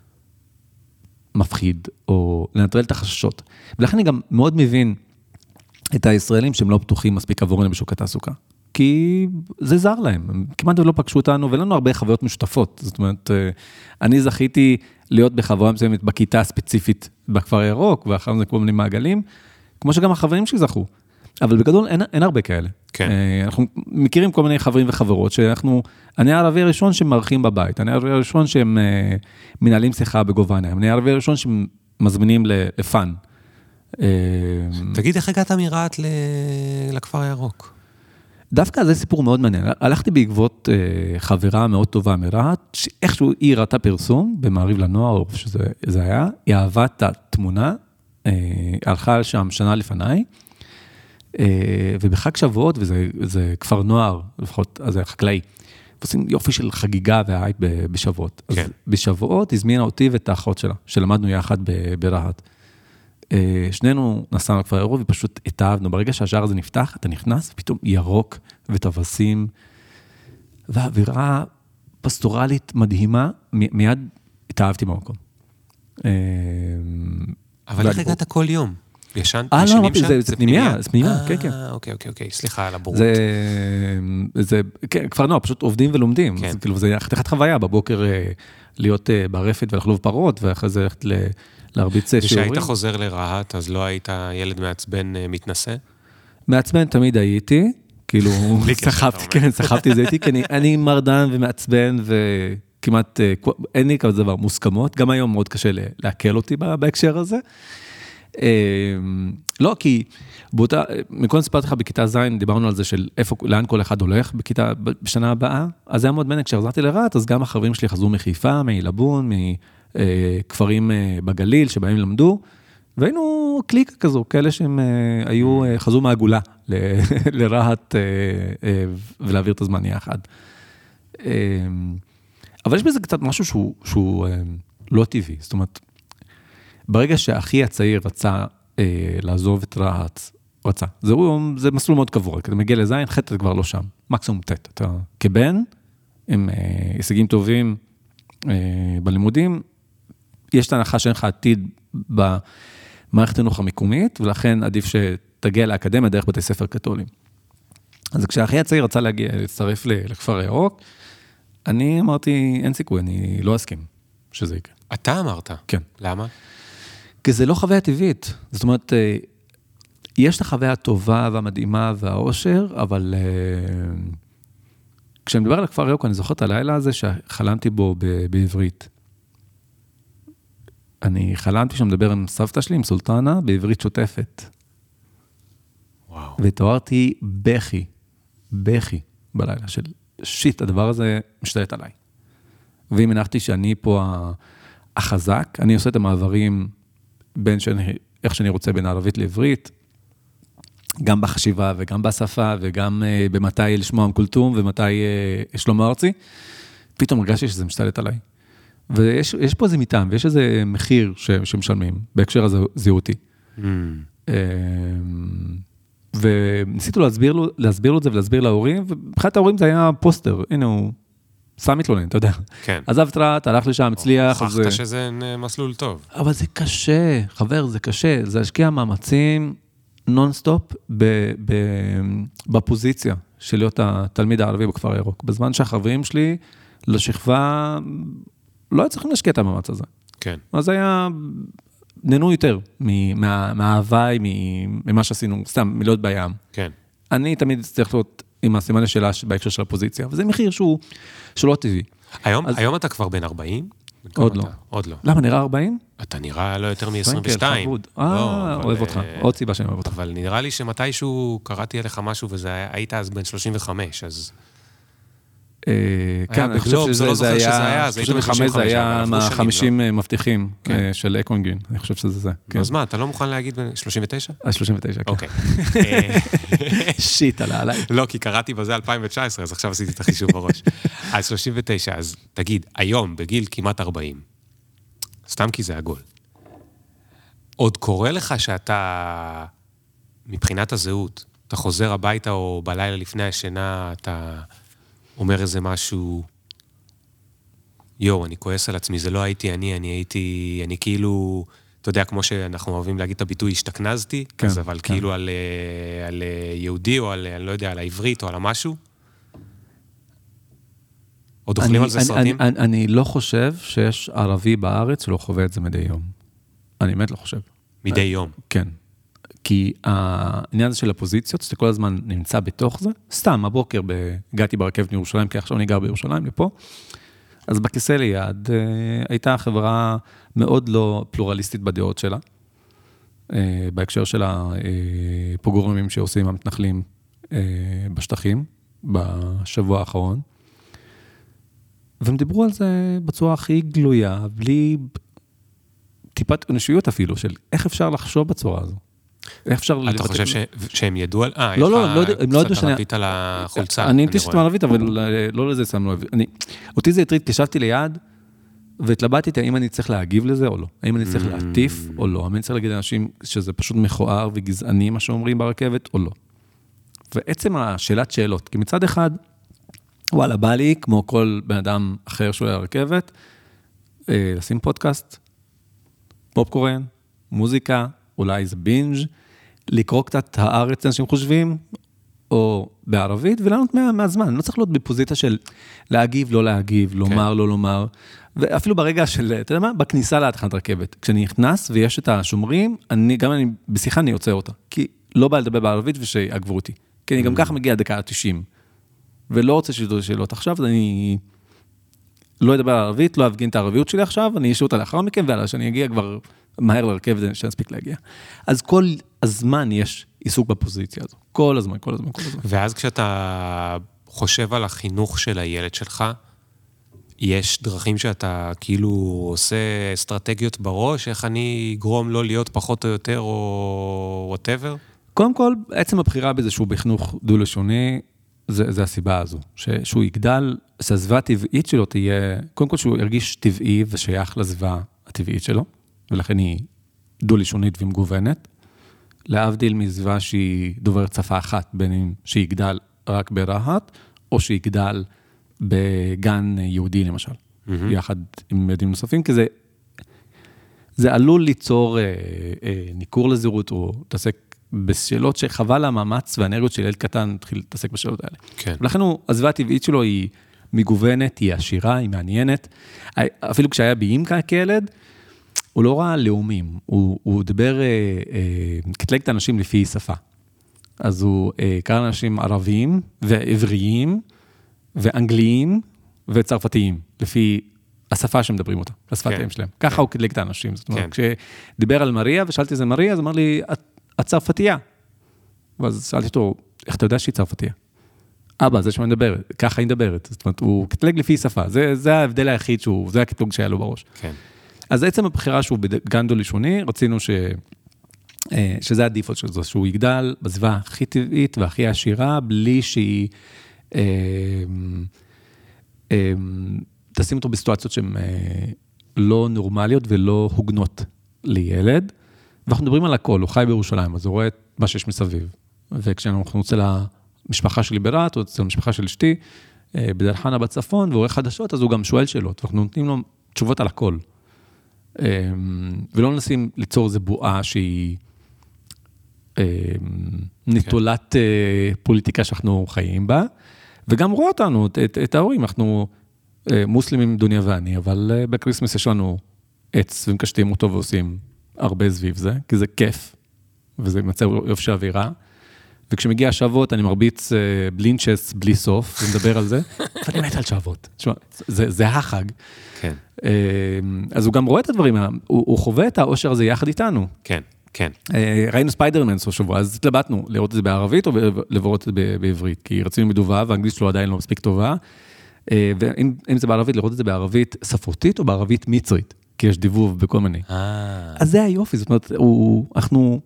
[SPEAKER 4] מפחיד, או לנטרל את החששות. ולכן אני גם מאוד מבין את הישראלים שהם לא פתוחים מספיק עבורנו בשוק התעסוקה. כי זה זר להם, הם כמעט לא פגשו אותנו, ולנו הרבה חוויות משותפות. זאת אומרת, אני זכיתי להיות בחברה מסוימת בכיתה הספציפית בכפר הירוק, ואחר זה כל מיני מעגלים, כמו שגם החברים שזכו. אבל בגדול אין, אין הרבה כאלה.
[SPEAKER 1] כן.
[SPEAKER 4] אנחנו מכירים כל מיני חברים וחברות, שאנחנו, אני הערבי הראשון שמארחים בבית, אני הערבי הראשון שהם מנהלים שיחה בגובה העיניים, אני הערבי הראשון שמזמינים לפן.
[SPEAKER 1] תגיד, איך הגעת מרהט לכפר הירוק?
[SPEAKER 4] דווקא זה סיפור מאוד מעניין. הלכתי בעקבות חברה מאוד טובה מרהט, שאיכשהו היא ראתה פרסום במעריב לנוער, או שזה היה, היא אהבה את התמונה, הלכה שם שנה לפניי, ובחג שבועות, וזה כפר נוער, לפחות, אז זה חקלאי, ועושים יופי של חגיגה והייט בשבועות. אז בשבועות הזמינה אותי ואת האחות שלה, שלמדנו יחד ברהט. שנינו נסענו לכפר הירוק, ופשוט התאהבנו. ברגע שהשער הזה נפתח, אתה נכנס, ופתאום ירוק וטווסים, והאווירה פסטורלית מדהימה, מיד התאהבתי במקום.
[SPEAKER 1] אבל איך הגעת כל יום? ישנת,
[SPEAKER 4] אה, לא,
[SPEAKER 1] ישנים שם?
[SPEAKER 4] זה פנימיה, זה פנימיה, כן, כן.
[SPEAKER 1] אה, אוקיי, אוקיי, אוקיי, סליחה על הבורות.
[SPEAKER 4] זה, כפר נוער, פשוט עובדים ולומדים. כאילו, זה חתיכת חוויה, בבוקר להיות ברפת ולחלוב פרות, ואחרי זה ללכת להרביץ שיעורים.
[SPEAKER 1] כשהיית חוזר לרהט, אז לא היית ילד מעצבן מתנסה?
[SPEAKER 4] מעצבן תמיד הייתי, כאילו, סחבתי, כן, סחבתי זה הייתי, כי אני מרדן ומעצבן, וכמעט, אין לי כזה דבר מוסכמות, גם היום מאוד קשה להקל אותי בהקשר הזה. לא, כי באותה, מקודם סיפרתי לך בכיתה זין, דיברנו על זה של איפה, לאן כל אחד הולך בכיתה, בשנה הבאה, אז זה היה מאוד מעניין, כשחזרתי לרהט, אז גם החברים שלי חזרו מחיפה, מעילבון, מכפרים בגליל שבהם למדו, והיינו קליקה כזו, כאלה שהם היו, חזרו מהגולה לרהט ולהעביר את הזמן יחד. אבל יש בזה קצת משהו שהוא, שהוא לא טבעי, זאת אומרת, ברגע שהאחי הצעיר רצה אה, לעזוב את רהט, רצה. זה, זה מסלול מאוד קבוע, כשאתה מגיע לזין, חטא אתה כבר לא שם, מקסימום טט. אתה כבן, עם אה, הישגים טובים אה, בלימודים, יש את ההנחה שאין לך עתיד במערכת החינוך המקומית, ולכן עדיף שתגיע לאקדמיה דרך בתי ספר קתולים. אז כשהאחי הצעיר רצה להגיע, להצטרף לכפר הירוק, אני אמרתי, אין סיכוי, אני לא אסכים שזה יקרה.
[SPEAKER 1] אתה אמרת?
[SPEAKER 4] כן.
[SPEAKER 1] למה?
[SPEAKER 4] כי זה לא חוויה טבעית. זאת אומרת, יש את החוויה הטובה והמדהימה והאושר, אבל כשאני מדבר על הכפר הירוק, אני זוכר את הלילה הזה שחלמתי בו בעברית. אני חלמתי שאני מדבר עם סבתא שלי, עם סולטנה, בעברית שוטפת.
[SPEAKER 1] וואו.
[SPEAKER 4] והתעוררתי בכי, בכי בלילה של שיט, הדבר הזה משתלט עליי. ואם הנחתי שאני פה החזק, אני עושה את המעברים בין שאני, איך שאני רוצה בין הערבית לעברית, גם בחשיבה וגם בשפה, וגם uh, במתי לשמוע עם כולתום, ומתי uh, שלמה ארצי, פתאום הרגשתי שזה משתלט עליי. ויש יש פה איזה מטעם, ויש איזה מחיר ש, שמשלמים, בהקשר הזה זהותי. Mm. Uh, וניסיתו להסביר לו, להסביר לו את זה ולהסביר להורים, ובחלט ההורים זה היה פוסטר, הנה הוא שם מתלונן, אתה יודע.
[SPEAKER 1] כן.
[SPEAKER 4] עזב טרט, הלך לשם, הצליח.
[SPEAKER 1] הוכחת שזה מסלול טוב.
[SPEAKER 4] אבל זה קשה, חבר, זה קשה, זה השקיע מאמצים נונסטופ בפוזיציה של להיות התלמיד הערבי בכפר הירוק. בזמן שהחברים שלי לשכבה, לא היו צריכים להשקיע את המאמץ הזה.
[SPEAKER 1] כן.
[SPEAKER 4] אז היה, נהנו יותר מההוואי, ממה שעשינו, סתם, מלהיות בים.
[SPEAKER 1] כן.
[SPEAKER 4] אני תמיד צריך להיות עם הסימן השאלה בהקשר של הפוזיציה, וזה מחיר שהוא שלא טבעי.
[SPEAKER 1] היום, היום אתה כבר בן ארבעים?
[SPEAKER 4] עוד לא.
[SPEAKER 1] עוד לא.
[SPEAKER 4] למה, נראה ארבעים?
[SPEAKER 1] אתה נראה לא יותר מ-עשרים ושתיים.
[SPEAKER 4] אה, אוהב אותך. עוד סיבה שאני אוהב אותך.
[SPEAKER 1] אבל נראה לי שמתישהו קראתי עליך משהו, והיית אז בן שלושים וחמש, אז...
[SPEAKER 4] כן, אני חושב שזה היה, שלושים וחמש זה היה מה-חמישים מבטיחים של אקונגרין, אני חושב שזה זה.
[SPEAKER 1] אז מה, אתה לא מוכן להגיד שלושים ותשע?
[SPEAKER 4] שלושים ותשע, כן.
[SPEAKER 1] אוקיי.
[SPEAKER 4] שיט, עלה עליי.
[SPEAKER 1] לא, כי קראתי בזה אלפיים תשע עשרה, אז עכשיו עשיתי את החישוב בראש. אז שלושים ותשע, אז תגיד, היום, בגיל כמעט ארבעים, סתם כי זה עגול, עוד קורה לך שאתה, מבחינת הזהות, אתה חוזר הביתה או בלילה לפני השינה, אתה... אומר איזה משהו, יו, אני כועס על עצמי, זה לא הייתי אני, אני הייתי, אני כאילו, אתה יודע, כמו שאנחנו אוהבים להגיד את הביטוי, השתכנזתי, כן, אז אבל כן. כאילו על, על יהודי, או על, אני לא יודע, על העברית, או על המשהו. עוד אוכלים על זה
[SPEAKER 4] אני,
[SPEAKER 1] סרטים?
[SPEAKER 4] אני, אני, אני לא חושב שיש ערבי בארץ שלא חווה את זה מדי יום. אני באמת לא חושב.
[SPEAKER 1] מדי יום?
[SPEAKER 4] כן. כי העניין הזה של הפוזיציות, שאתה כל הזמן נמצא בתוך זה, סתם, הבוקר הגעתי ברכבת מירושלים, כי עכשיו אני גר בירושלים לפה, אז בכיסא ליד הייתה חברה מאוד לא פלורליסטית בדעות שלה, בהקשר של הפוגרומים שעושים המתנחלים בשטחים, בשבוע האחרון, והם דיברו על זה בצורה הכי גלויה, בלי טיפת אנושיות אפילו, של איך אפשר לחשוב בצורה הזו.
[SPEAKER 1] אתה חושב שהם ידעו על... אה,
[SPEAKER 4] לא, לא, הם לא ידעו
[SPEAKER 1] קצת ערבית על החולצה.
[SPEAKER 4] אני הייתי שאתה ערבית, אבל לא לזה שמנו לב. אותי זה הטריד, כשבתי ליד, והתלבטתי האם אני צריך להגיב לזה או לא. האם אני צריך להטיף או לא. האם אני צריך להגיד לאנשים שזה פשוט מכוער וגזעני, מה שאומרים ברכבת, או לא. ועצם השאלת שאלות, כי מצד אחד, וואלה, בא לי, כמו כל בן אדם אחר שעולה לרכבת, לשים פודקאסט, פופקורן, מוזיקה, אולי זה בינג', לקרוא קצת הארץ אנשים חושבים, או בערבית, ולענות מה, מהזמן. לא צריך להיות בפוזיציה של להגיב, לא להגיב, לומר, לא לומר. ואפילו ברגע של, אתה יודע מה? בכניסה לתחנת רכבת. כשאני נכנס ויש את השומרים, אני, גם אני, בשיחה אני יוצא אותה. כי לא בא לדבר בערבית ושיעגבו אותי. כי אני גם ככה מגיע דקה תשעים. ולא רוצה שידעו שאלות עכשיו, אז אני לא אדבר בערבית, לא אבגין את הערביות שלי עכשיו, אני אשאיר אותה לאחר מכן, ועלה שאני אגיע כבר מהר לרכבת שנספיק להגיע. אז כל הזמן יש עיסוק בפוזיציה הזו. כל הזמן, כל הזמן, כל הזמן.
[SPEAKER 1] ואז כשאתה חושב על החינוך של הילד שלך, יש דרכים שאתה כאילו עושה אסטרטגיות בראש, איך אני אגרום לו להיות פחות או יותר או whatever?
[SPEAKER 4] קודם כל, עצם הבחירה באיזשהו בחינוך דו-לשוני, זה, זה הסיבה הזו. ש, שהוא יגדל, שהסביבה הטבעית שלו תהיה, קודם כל שהוא ירגיש טבעי ושייך לסביבה הטבעית שלו, ולכן היא דו-לשונית ומגוונת, להבדיל מסביבה שהיא דוברת שפה אחת, בין אם שיגדל רק ברהט, או שיגדל בגן יהודי למשל, mm-hmm. יחד עם ילדים נוספים, כי זה, זה עלול ליצור אה, אה, ניכור לזהות, או תעסק בשאלות שחבל המאמץ והאנרגיות של ילד קטן, תתחיל להתעסק בשאלות האלה.
[SPEAKER 1] כן.
[SPEAKER 4] ולכן הוא, הסביבה הטבעית שלו היא מגוונת, היא עשירה, היא מעניינת, אפילו כשהיה באימקה כילד, הוא לא ראה לאומים, הוא, הוא דבר, אה, אה, קטלג את האנשים לפי שפה. אז הוא אה, קרא לאנשים ערבים ועבריים ואנגליים וצרפתיים, לפי השפה שמדברים אותה, השפת
[SPEAKER 1] כן.
[SPEAKER 4] האם שלהם. ככה
[SPEAKER 1] כן.
[SPEAKER 4] הוא קטלג את האנשים. זאת אומרת,
[SPEAKER 1] כן.
[SPEAKER 4] כשדיבר על מריה ושאלתי זה מריה, אז אמר לי, את צרפתייה. ואז שאלתי אותו, איך אתה יודע שהיא צרפתייה? אבא, זה שמה מדברת, ככה היא מדברת. זאת אומרת, הוא קטלג לפי שפה. זה, זה ההבדל היחיד שהוא, זה הקטלוג שהיה לו בראש.
[SPEAKER 1] כן.
[SPEAKER 4] אז עצם הבחירה שהוא בגן דו-לשוני, רצינו ש... שזה הדיפולט של זה, שהוא יגדל בסביבה הכי טבעית והכי עשירה, בלי שהיא... תשים אותו בסיטואציות שהן לא נורמליות ולא הוגנות לילד. ואנחנו מדברים על הכל, הוא חי בירושלים, אז הוא רואה את מה שיש מסביב. וכשאנחנו נוצא למשפחה שלי ברעת, או אצל המשפחה של אשתי, בדל חנה בצפון, ועורך חדשות, אז הוא גם שואל שאלות, ואנחנו נותנים לו תשובות על הכל. ולא מנסים ליצור איזו בועה שהיא נטולת פוליטיקה שאנחנו חיים בה, וגם רואה אותנו, את ההורים, אנחנו מוסלמים, דוניה ואני, אבל בקריסמס יש לנו עץ, ומקשטים אותו ועושים הרבה סביב זה, כי זה כיף, וזה מצב יופי של אווירה, וכשמגיע השבועות, אני מרביץ בלינצ'ס בלי סוף, ומדבר על זה, ואני מת על שבועות. תשמע, זה, זה החג.
[SPEAKER 1] כן.
[SPEAKER 4] אז הוא גם רואה את הדברים, הוא, הוא חווה את האושר הזה יחד איתנו.
[SPEAKER 1] כן, כן.
[SPEAKER 4] ראינו ספיידרמן סוף שבוע, אז התלבטנו לראות את זה בערבית או לראות את זה בעברית, כי רצינו מדובה, והאנגלית שלו עדיין לא מספיק טובה, ואם זה בערבית, לראות את זה בערבית ספרותית או בערבית מצרית, כי יש דיבוב בכל מיני. אז זה היופי, זאת אומרת, אנחנו,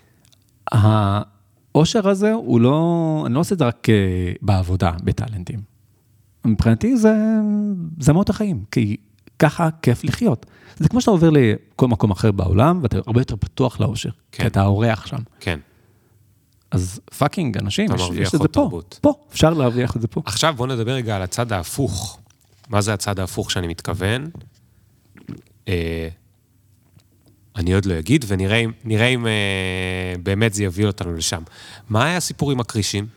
[SPEAKER 4] האושר הזה הוא לא, אני לא עושה את זה רק בעבודה, בטלנטים. מבחינתי זה, זה מאוד החיים, כי ככה כיף לחיות. זה כמו שאתה עובר לכל מקום אחר בעולם, ואתה הרבה יותר פתוח לאושר, כן. כי אתה אורח שם.
[SPEAKER 1] כן.
[SPEAKER 4] אז פאקינג, אנשים, יש, יש את זה פה. תרבות. פה, אפשר להרוויח את זה פה.
[SPEAKER 1] עכשיו בוא נדבר רגע על הצד ההפוך. מה זה הצד ההפוך שאני מתכוון? אה, אני עוד לא אגיד, ונראה אם, נראה אם אה, באמת זה יביא אותנו לשם. מה היה הסיפור עם הקרישים?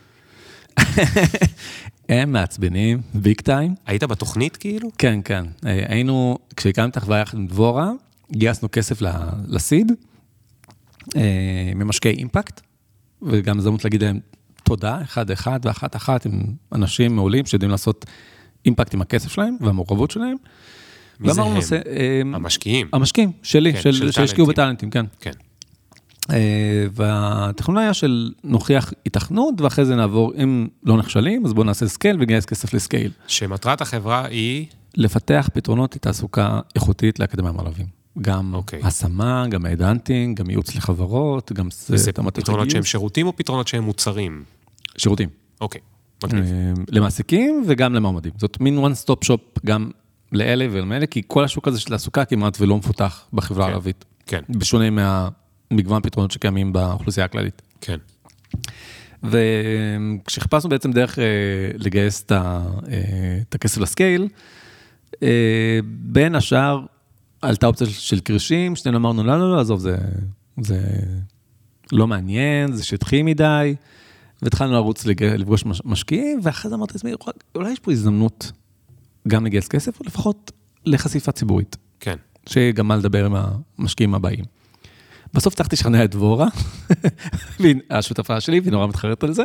[SPEAKER 4] הם מעצבנים, ביג טיים.
[SPEAKER 1] היית בתוכנית כאילו?
[SPEAKER 4] כן, כן. היינו, כשהקמנו תחווה יחד עם דבורה, גייסנו כסף לסיד, ממשקי אימפקט, וגם הזדמנות להגיד להם תודה, אחד אחד ואחת אחת, עם אנשים מעולים שיודעים לעשות אימפקט עם הכסף שלהם, והמעורבות שלהם.
[SPEAKER 1] מי זה הם? המשקיעים.
[SPEAKER 4] המשקיעים, שלי, שהשקיעו בטלנטים, כן.
[SPEAKER 1] כן.
[SPEAKER 4] והתכנון היה של נוכיח התכנות, ואחרי זה נעבור, אם לא נכשלים, אז בואו נעשה סקייל ונגייס כסף לסקייל.
[SPEAKER 1] שמטרת החברה היא?
[SPEAKER 4] לפתח פתרונות לתעסוקה איכותית לאקדמיים ערבים. גם השמה, גם האדנטינג, גם ייעוץ לחברות, גם...
[SPEAKER 1] וזה פתרונות שהם שירותים או פתרונות שהם מוצרים?
[SPEAKER 4] שירותים.
[SPEAKER 1] אוקיי, מגניב.
[SPEAKER 4] למעסיקים וגם למעמדים. זאת מין one stop shop גם לאלה ולמאלה, כי כל השוק הזה של תעסוקה כמעט ולא מפותח בחברה הערבית.
[SPEAKER 1] כן.
[SPEAKER 4] בשונה מה... מגוון פתרונות שקיימים באוכלוסייה הכללית.
[SPEAKER 1] כן.
[SPEAKER 4] וכשחיפשנו בעצם דרך לגייס את הכסף לסקייל, בין השאר עלתה אופציה של קרישים, שנינו אמרנו, לא, לא, לא, עזוב, זה, זה לא מעניין, זה שטחי מדי, והתחלנו לרוץ לפגוש משקיעים, ואחרי זה אמרתי לעצמי, אולי יש פה הזדמנות גם לגייס כסף, או לפחות לחשיפה ציבורית.
[SPEAKER 1] כן. שגם
[SPEAKER 4] מה לדבר עם המשקיעים הבאים. בסוף צריכתי לשכנע את דבורה, השותפה שלי, והיא נורא מתחרט על זה,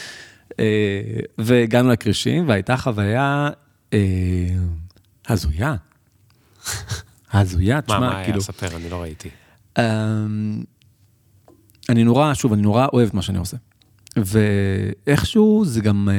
[SPEAKER 4] והגענו לקרישים, והייתה חוויה הזויה. הזויה, תשמע,
[SPEAKER 1] מה, מה היה? ספר, אני לא ראיתי.
[SPEAKER 4] אני נורא, שוב, אני נורא אוהב מה שאני עושה. ואיכשהו זה גם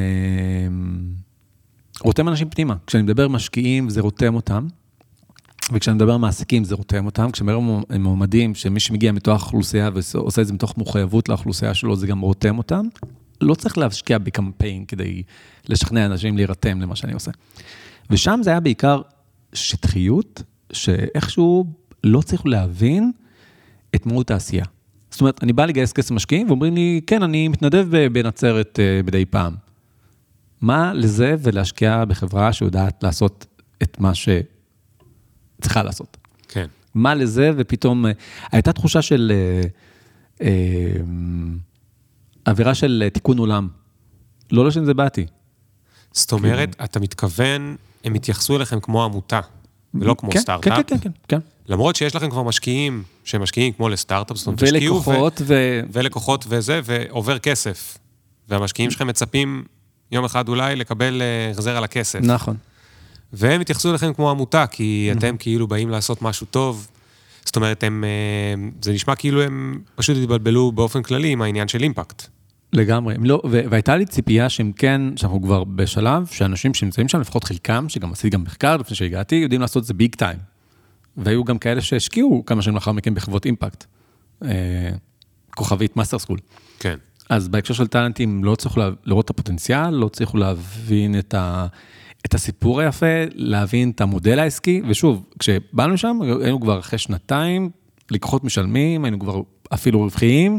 [SPEAKER 4] רותם אנשים פנימה. כשאני מדבר משקיעים, זה רותם אותם. וכשאני מדבר על מעסיקים, זה רותם אותם. כשאני מדבר עם מועמדים, שמי שמגיע מתוך האוכלוסייה ועושה את זה מתוך מחויבות לאוכלוסייה שלו, זה גם רותם אותם. לא צריך להשקיע בקמפיין כדי לשכנע אנשים להירתם למה שאני עושה. ושם זה היה בעיקר שטחיות, שאיכשהו לא צריך להבין את מהות העשייה. זאת אומרת, אני בא לגייס כסף משקיעים, ואומרים לי, כן, אני מתנדב בנצרת מדי פעם. מה לזה ולהשקיע בחברה שיודעת לעשות את מה ש... צריכה לעשות.
[SPEAKER 1] כן.
[SPEAKER 4] מה לזה, ופתאום, הייתה תחושה של, אה, אה, אווירה של תיקון עולם. לא לשם זה באתי.
[SPEAKER 1] זאת אומרת, כן. אתה מתכוון, הם התייחסו אליכם כמו עמותה, ולא כמו
[SPEAKER 4] כן,
[SPEAKER 1] סטארט-אפ.
[SPEAKER 4] כן, כן, כן, כן.
[SPEAKER 1] למרות שיש לכם כבר משקיעים, שהם משקיעים כמו לסטארט-אפ, זאת אומרת,
[SPEAKER 4] ולקוחות, ו... ו...
[SPEAKER 1] ולקוחות וזה, ועובר כסף. והמשקיעים שלכם מצפים יום אחד אולי לקבל החזר על הכסף.
[SPEAKER 4] נכון.
[SPEAKER 1] והם התייחסו לכם כמו עמותה, כי אתם כאילו באים לעשות משהו טוב. זאת אומרת, הם, זה נשמע כאילו הם פשוט התבלבלו באופן כללי עם העניין של אימפקט.
[SPEAKER 4] לגמרי. לא, והייתה לי ציפייה שהם כן, שאנחנו כבר בשלב, שאנשים שנמצאים שם, לפחות חלקם, שגם עשיתי גם מחקר לפני שהגעתי, יודעים לעשות את זה ביג טיים. והיו גם כאלה שהשקיעו כמה שנים לאחר מכן בחברות אימפקט. כוכבית מאסטר סקול.
[SPEAKER 1] כן.
[SPEAKER 4] אז בהקשר של טלנטים, לא צריכו לראות את הפוטנציאל, לא צריכו להבין את ה... את הסיפור היפה, להבין את המודל העסקי, ושוב, כשבאנו שם, היינו כבר אחרי שנתיים, לקוחות משלמים, היינו כבר אפילו רווחיים,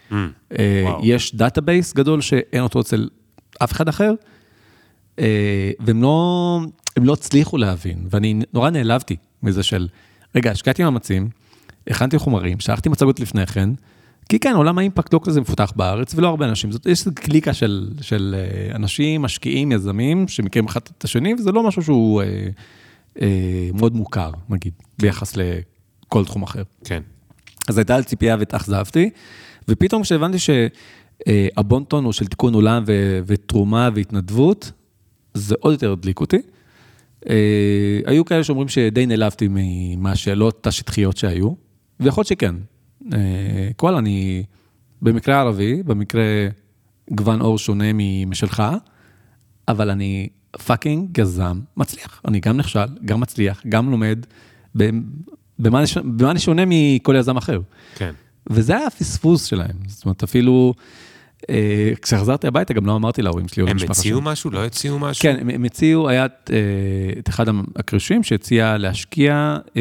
[SPEAKER 4] יש דאטאבייס גדול שאין אותו אצל אף אחד אחר, והם לא, הם לא הצליחו להבין, ואני נורא נעלבתי מזה של, רגע, השקעתי מאמצים, הכנתי חומרים, שלחתי מצגות לפני כן, כי כן, עולם האימפקט לא כזה מפותח בארץ, ולא הרבה אנשים, זאת, יש קליקה של, של אנשים, משקיעים, יזמים, שמכירים אחד את השני, וזה לא משהו שהוא אה, אה, מאוד מוכר, נגיד, ביחס לכל תחום אחר.
[SPEAKER 1] כן.
[SPEAKER 4] אז הייתה על ציפייה ותאכזבתי, ופתאום כשהבנתי שהבונטון הוא של תיקון עולם ו- ותרומה והתנדבות, זה עוד יותר הדליק אותי. אה, היו כאלה שאומרים שדי נעלבתי מהשאלות השטחיות שהיו, ויכול שכן. אה, כל אני במקרה ערבי, במקרה גוון אור שונה משלך, אבל אני פאקינג יזם מצליח. אני גם נכשל, גם מצליח, גם לומד, במה אני שונה מכל יזם אחר.
[SPEAKER 1] כן.
[SPEAKER 4] וזה היה הפספוס שלהם. זאת אומרת, אפילו, אה, כשחזרתי הביתה, גם לא אמרתי להורים שלי.
[SPEAKER 1] הם הציעו משהו? לא הציעו משהו?
[SPEAKER 4] כן, הם, הם הציעו, היה את, אה, את אחד הקרישים שהציע להשקיע אה,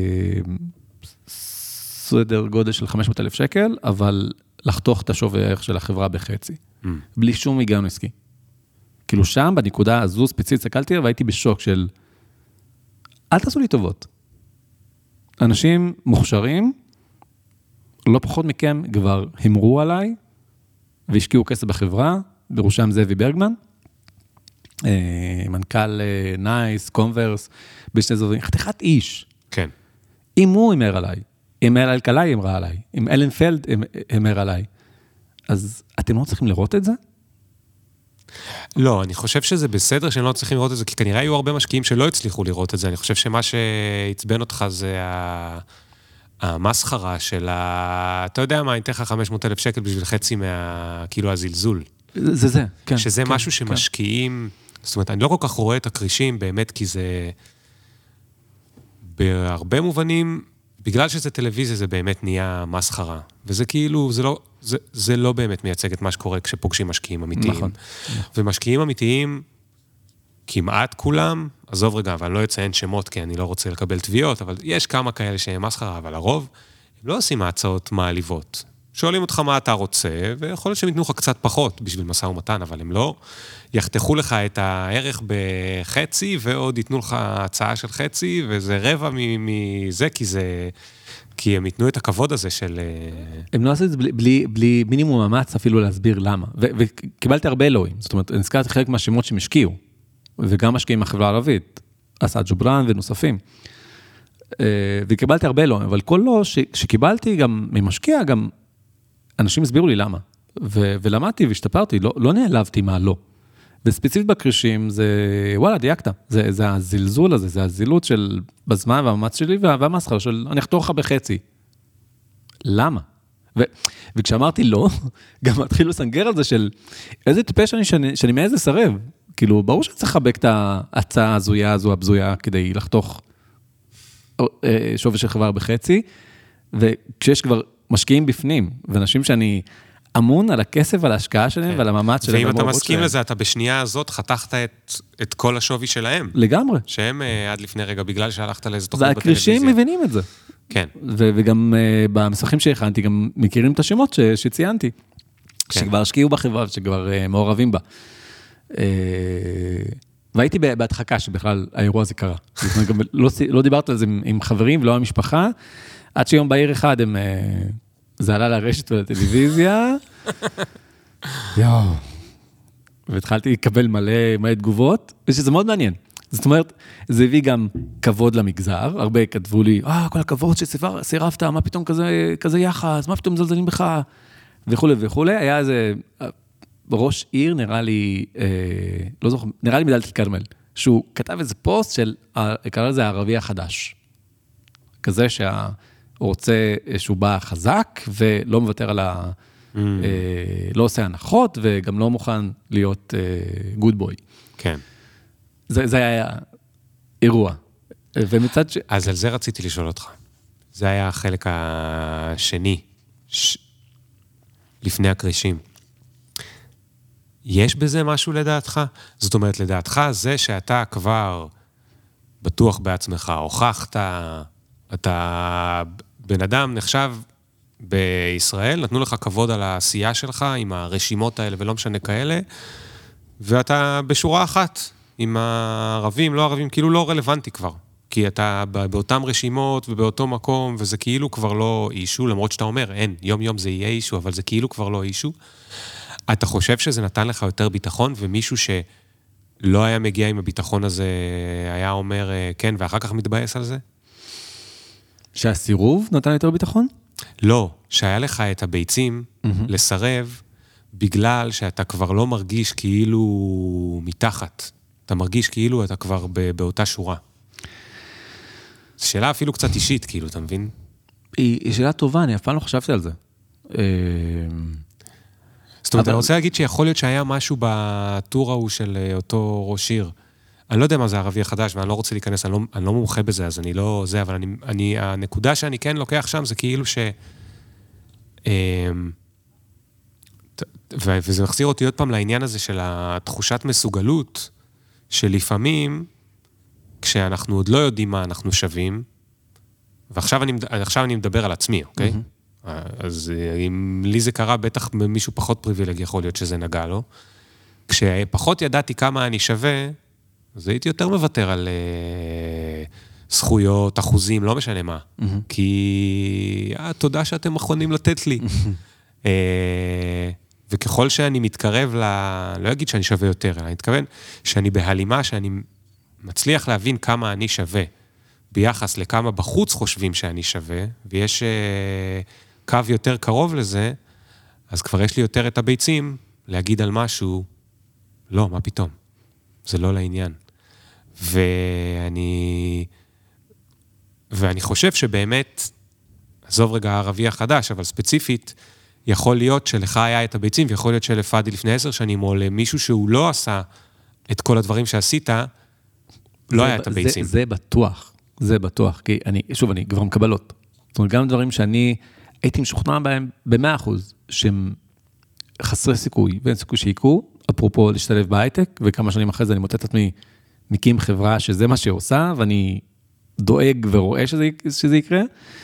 [SPEAKER 4] סדר גודל של חמש מאות אלף שקל, אבל לחתוך את השווי הערך של החברה בחצי. Mm. בלי שום היגיון עסקי. כאילו שם, בנקודה הזו ספציפית, סתכלתי והייתי בשוק של, אל תעשו לי טובות. אנשים מוכשרים, לא פחות מכם כבר המרו עליי, והשקיעו כסף בחברה, בראשם זאבי ברגמן, מנכ"ל נייס, קונברס, בשני זובים, חתיכת איש.
[SPEAKER 1] כן.
[SPEAKER 4] אם הוא אמר עליי, אם אל אלקלעי אמרה עליי, אם אלן פלד אמר עליי, אז אתם לא צריכים לראות את זה?
[SPEAKER 1] לא, אני חושב שזה בסדר שהם לא צריכים לראות את זה, כי כנראה היו הרבה משקיעים שלא הצליחו לראות את זה. אני חושב שמה שהצבן אותך זה המסחרה של ה... אתה יודע מה, אני אתן לך חמש מאות אלף שקל בשביל חצי מה... כאילו הזלזול.
[SPEAKER 4] זה זה, כן.
[SPEAKER 1] שזה משהו שמשקיעים... זאת אומרת, אני לא כל כך רואה את הקרישים באמת, כי זה... בהרבה מובנים, בגלל שזה טלוויזיה, זה באמת נהיה מסחרה. וזה כאילו, זה לא... זה, זה לא באמת מייצג את מה שקורה כשפוגשים משקיעים אמיתיים.
[SPEAKER 4] נכון.
[SPEAKER 1] ומשקיעים אמיתיים, כמעט כולם, עזוב רגע, אבל אני לא אציין שמות, כי אני לא רוצה לקבל תביעות, אבל יש כמה כאלה שהם מסחרה, אבל הרוב, הם לא עושים הצעות מעליבות. שואלים אותך מה אתה רוצה, ויכול להיות שהם ייתנו לך קצת פחות בשביל מסע ומתן, אבל הם לא יחתכו לך את הערך בחצי, ועוד ייתנו לך הצעה של חצי, וזה רבע מזה, כי זה... כי הם ייתנו את הכבוד הזה של...
[SPEAKER 4] הם לא עשו את זה בלי, בלי, בלי מינימום מאמץ אפילו להסביר למה. ו- וקיבלתי הרבה אלוהים. זאת אומרת, נזכרתי חלק מהשמות שהם השקיעו, וגם משקיעים מהחברה הערבית, אסעד ג'ובראן ונוספים. וקיבלתי הרבה אלוהים, אבל כל לא, ש- שקיבלתי גם ממשקיע, גם אנשים הסבירו לי למה. ו- ולמדתי והשתפרתי, לא, לא נעלבתי מה לא. וספציפית בקרישים, זה, וואלה, דייקת. זה, זה הזלזול הזה, זה הזילות של בזמן והמאמץ שלי, והמסחר של, אני אחתוך לך בחצי. למה? ו, וכשאמרתי לא, גם התחילו לסנגר על זה של, איזה טיפש אני, שאני, שאני מאיזה סרב. כאילו, ברור שאני צריך לחבק את ההצעה הזויה הזו, הבזויה, כדי לחתוך שווי של חברה בחצי, וכשיש כבר משקיעים בפנים, ואנשים שאני... אמון על הכסף ועל ההשקעה שלהם ועל המאמץ שלהם.
[SPEAKER 1] ואם אתה מסכים לזה, אתה בשנייה הזאת חתכת את, את כל השווי שלהם.
[SPEAKER 4] לגמרי.
[SPEAKER 1] שהם עד לפני רגע, בגלל שהלכת לאיזה תוכנית
[SPEAKER 4] בטלוויזיה. והקרישים מבינים את זה.
[SPEAKER 1] כן.
[SPEAKER 4] ו- וגם uh, במסכים שהכנתי, גם מכירים את השמות ש- שציינתי. כן. שכבר השקיעו בחברה, שכבר uh, מעורבים בה. Uh, והייתי בהדחקה שבכלל האירוע הזה קרה. גם לא, לא דיברת על זה עם, עם חברים ולא עם משפחה, עד שיום בעיר אחד הם... Uh, זה עלה לרשת ולטלוויזיה, יואו, והתחלתי לקבל מלא, מלא תגובות, ושזה מאוד מעניין. זאת אומרת, זה הביא גם כבוד למגזר, הרבה כתבו לי, אה, כל הכבוד שסירבת, מה פתאום כזה, כזה יחס, מה פתאום זלזלים בך, וכו' וכו'. היה איזה, ראש עיר נראה לי, אה, לא זוכר, נראה לי מדלית אל-כרמל, שהוא כתב איזה פוסט של, קרא לזה הערבי החדש, כזה שה... הוא רוצה שהוא בא חזק, ולא מוותר על ה... Mm. אה, לא עושה הנחות, וגם לא מוכן להיות גוד בוי.
[SPEAKER 1] כן.
[SPEAKER 4] זה, זה היה אירוע. ומצד ש...
[SPEAKER 1] אז על זה רציתי לשאול אותך. זה היה החלק השני, ש... לפני הקרישים. יש בזה משהו לדעתך? זאת אומרת, לדעתך זה שאתה כבר בטוח בעצמך, הוכחת... אתה בן אדם נחשב בישראל, נתנו לך כבוד על העשייה שלך, עם הרשימות האלה ולא משנה כאלה, ואתה בשורה אחת, עם הערבים, לא ערבים, כאילו לא רלוונטי כבר. כי אתה באותם רשימות ובאותו מקום, וזה כאילו כבר לא אישו, למרות שאתה אומר, אין, יום יום זה יהיה אישו, אבל זה כאילו כבר לא אישו. אתה חושב שזה נתן לך יותר ביטחון, ומישהו שלא היה מגיע עם הביטחון הזה, היה אומר, כן, ואחר כך מתבאס על זה?
[SPEAKER 4] שהסירוב נתן יותר ביטחון?
[SPEAKER 1] לא, שהיה לך את הביצים לסרב, בגלל שאתה כבר לא מרגיש כאילו מתחת. אתה מרגיש כאילו אתה כבר באותה שורה. זו שאלה אפילו קצת אישית, כאילו, אתה מבין?
[SPEAKER 4] היא שאלה טובה, אני אף פעם לא חשבתי על זה.
[SPEAKER 1] זאת אומרת, אני רוצה להגיד שיכול להיות שהיה משהו בטור ההוא של אותו ראש עיר. אני לא יודע מה זה הערבי החדש, ואני לא רוצה להיכנס, אני לא, אני לא מומחה בזה, אז אני לא זה, אבל אני, אני, הנקודה שאני כן לוקח שם, זה כאילו ש... וזה מחזיר אותי עוד פעם לעניין הזה של התחושת מסוגלות, שלפעמים, כשאנחנו עוד לא יודעים מה אנחנו שווים, ועכשיו אני, עכשיו אני מדבר על עצמי, אוקיי? Mm-hmm. אז אם לי זה קרה, בטח מישהו פחות פריבילג יכול להיות שזה נגע לו. כשפחות ידעתי כמה אני שווה, אז הייתי יותר מוותר על uh, זכויות, אחוזים, לא משנה מה. Mm-hmm. כי, אה, תודה שאתם מכונים לתת לי. Mm-hmm. Uh, וככל שאני מתקרב ל... לא אגיד שאני שווה יותר, אלא אני מתכוון שאני בהלימה, שאני מצליח להבין כמה אני שווה, ביחס לכמה בחוץ חושבים שאני שווה, ויש uh, קו יותר קרוב לזה, אז כבר יש לי יותר את הביצים להגיד על משהו, לא, מה פתאום? זה לא לעניין. ואני, ואני חושב שבאמת, עזוב רגע הערבי החדש, אבל ספציפית, יכול להיות שלך היה את הביצים, ויכול להיות שלפאדי לפני עשר שנים, או למישהו שהוא לא עשה את כל הדברים שעשית, לא היה את הביצים.
[SPEAKER 4] זה, זה בטוח, זה בטוח, כי אני, שוב, אני כבר מקבלות. זאת אומרת, גם דברים שאני הייתי משוכנע בהם במאה אחוז, שהם חסרי סיכוי, ואין סיכוי שיקרו, אפרופו להשתלב בהייטק, וכמה שנים אחרי זה אני מוצא את עצמי מקים חברה שזה מה שעושה, ואני דואג ורואה שזה, שזה יקרה.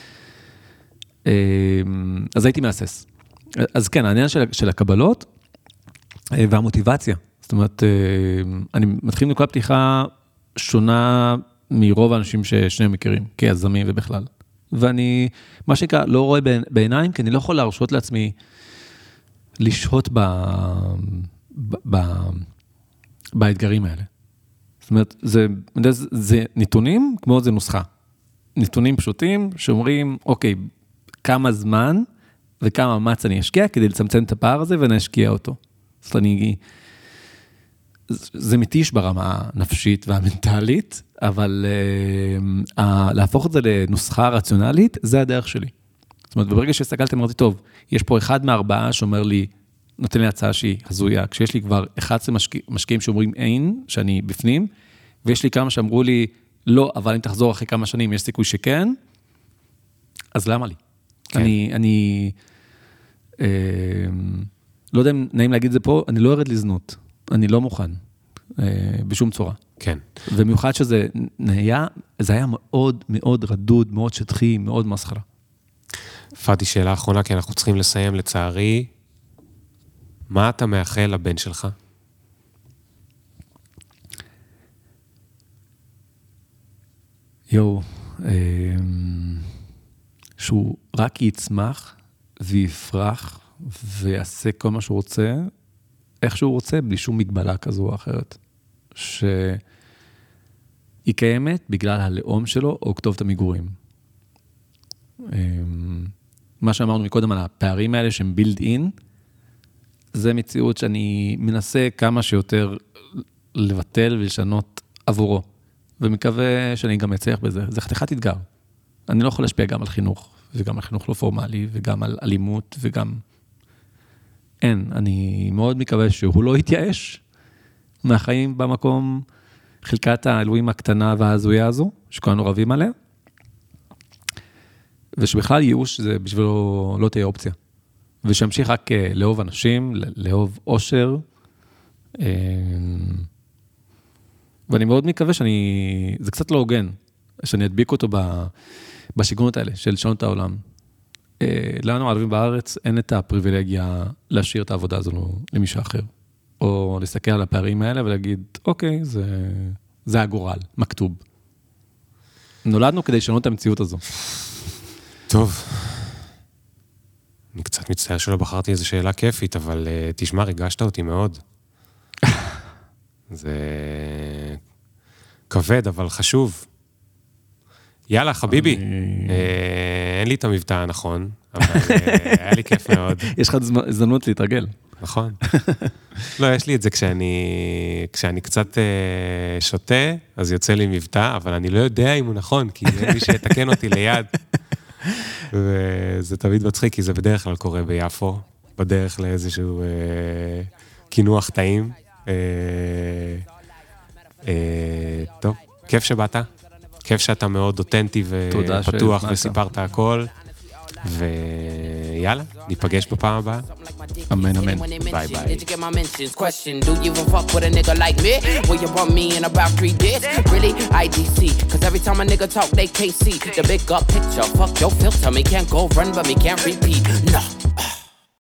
[SPEAKER 4] אז הייתי מאסס. אז כן, העניין של, של הקבלות והמוטיבציה. זאת אומרת, אני מתחיל מכל הפתיחה שונה מרוב האנשים ששניהם מכירים, כיזמים ובכלל. ואני, מה שנקרא, לא רואה בעיניים, כי אני לא יכול להרשות לעצמי לשהות ב... ב... ב... באתגרים האלה. זאת אומרת, זה, זה, זה נתונים כמו זה נוסחה. נתונים פשוטים שאומרים, אוקיי, כמה זמן וכמה מאמץ אני אשקיע כדי לצמצם את הפער הזה ואני אשקיע אותו. זאת אומרת, אני... זה מתיש ברמה הנפשית והמנטלית, אבל uh, להפוך את זה לנוסחה רציונלית, זה הדרך שלי. זאת אומרת, ברגע שהסתכלתי, אמרתי, טוב, יש פה אחד מארבעה שאומר לי, נותן לי הצעה שהיא הזויה, כשיש לי כבר אחד עשר משקיע, משקיעים שאומרים אין, שאני בפנים, ויש לי כמה שאמרו לי, לא, אבל אם תחזור אחרי כמה שנים, יש סיכוי שכן, אז למה לי? כן. אני, אני אה, לא יודע אם נעים להגיד את זה פה, אני לא ארד לזנות, אני לא מוכן, אה, בשום צורה.
[SPEAKER 1] כן.
[SPEAKER 4] ומיוחד שזה היה, זה היה מאוד מאוד רדוד, מאוד שטחי, מאוד מסחרה.
[SPEAKER 1] פאדי, שאלה האחרונה, כי אנחנו צריכים לסיים לצערי. מה אתה מאחל לבן שלך?
[SPEAKER 4] יו, שהוא רק יצמח ויפרח ויעשה כל מה שהוא רוצה, איך שהוא רוצה, בלי שום מגבלה כזו או אחרת. שהיא קיימת בגלל הלאום שלו או כתובת המגורים. מה שאמרנו מקודם על הפערים האלה שהם build in, זה מציאות שאני מנסה כמה שיותר לבטל ולשנות עבורו, ומקווה שאני גם אצליח בזה. זה חתיכת אתגר. אני לא יכול להשפיע גם על חינוך, וגם על חינוך לא פורמלי, וגם על אלימות, וגם... אין, אני מאוד מקווה שהוא לא יתייאש מהחיים במקום, חלקת האלוהים הקטנה וההזויה הזו, שכולנו רבים עליה, ושבכלל ייאוש זה בשבילו לא תהיה אופציה. ושהמשיך רק לאהוב אנשים, לאהוב אושר. ואני מאוד מקווה שאני, זה קצת לא הוגן, שאני אדביק אותו בשיגונות האלה של לשנות העולם. לנו הערבים בארץ אין את הפריבילגיה להשאיר את העבודה הזו למישהו אחר. או להסתכל על הפערים האלה ולהגיד, אוקיי, זה, זה הגורל, מכתוב. נולדנו כדי לשנות את המציאות הזו.
[SPEAKER 1] טוב. אני קצת מצטער שלא בחרתי איזו שאלה כיפית, אבל uh, תשמע, ריגשת אותי מאוד. זה כבד, אבל חשוב. יאללה, חביבי. אני... אה, אין לי את המבטא הנכון, אבל אה, היה לי כיף מאוד.
[SPEAKER 4] יש לך הזדמנות להתרגל.
[SPEAKER 1] נכון. לא, יש לי את זה כשאני, כשאני קצת אה, שותה, אז יוצא לי מבטא, אבל אני לא יודע אם הוא נכון, כי אין מי שיתקן אותי ליד. וזה תמיד מצחיק, כי זה בדרך כלל קורה ביפו, בדרך לאיזשהו אה, כינוח טעים. אה, אה, טוב, כיף שבאת. כיף שאתה מאוד אותנטי ופתוח וסיפרת הכל. ויאללה, ניפגש בפעם הבאה.
[SPEAKER 4] אמן, אמן.
[SPEAKER 1] ביי ביי.
[SPEAKER 3] Question, do you even fuck with a nigga like me? Will you bump me in about three days? Really? I D C. Cause every time a nigga talk, they can't see the big up picture. Fuck your filter, me can't go run, but me can't repeat. No.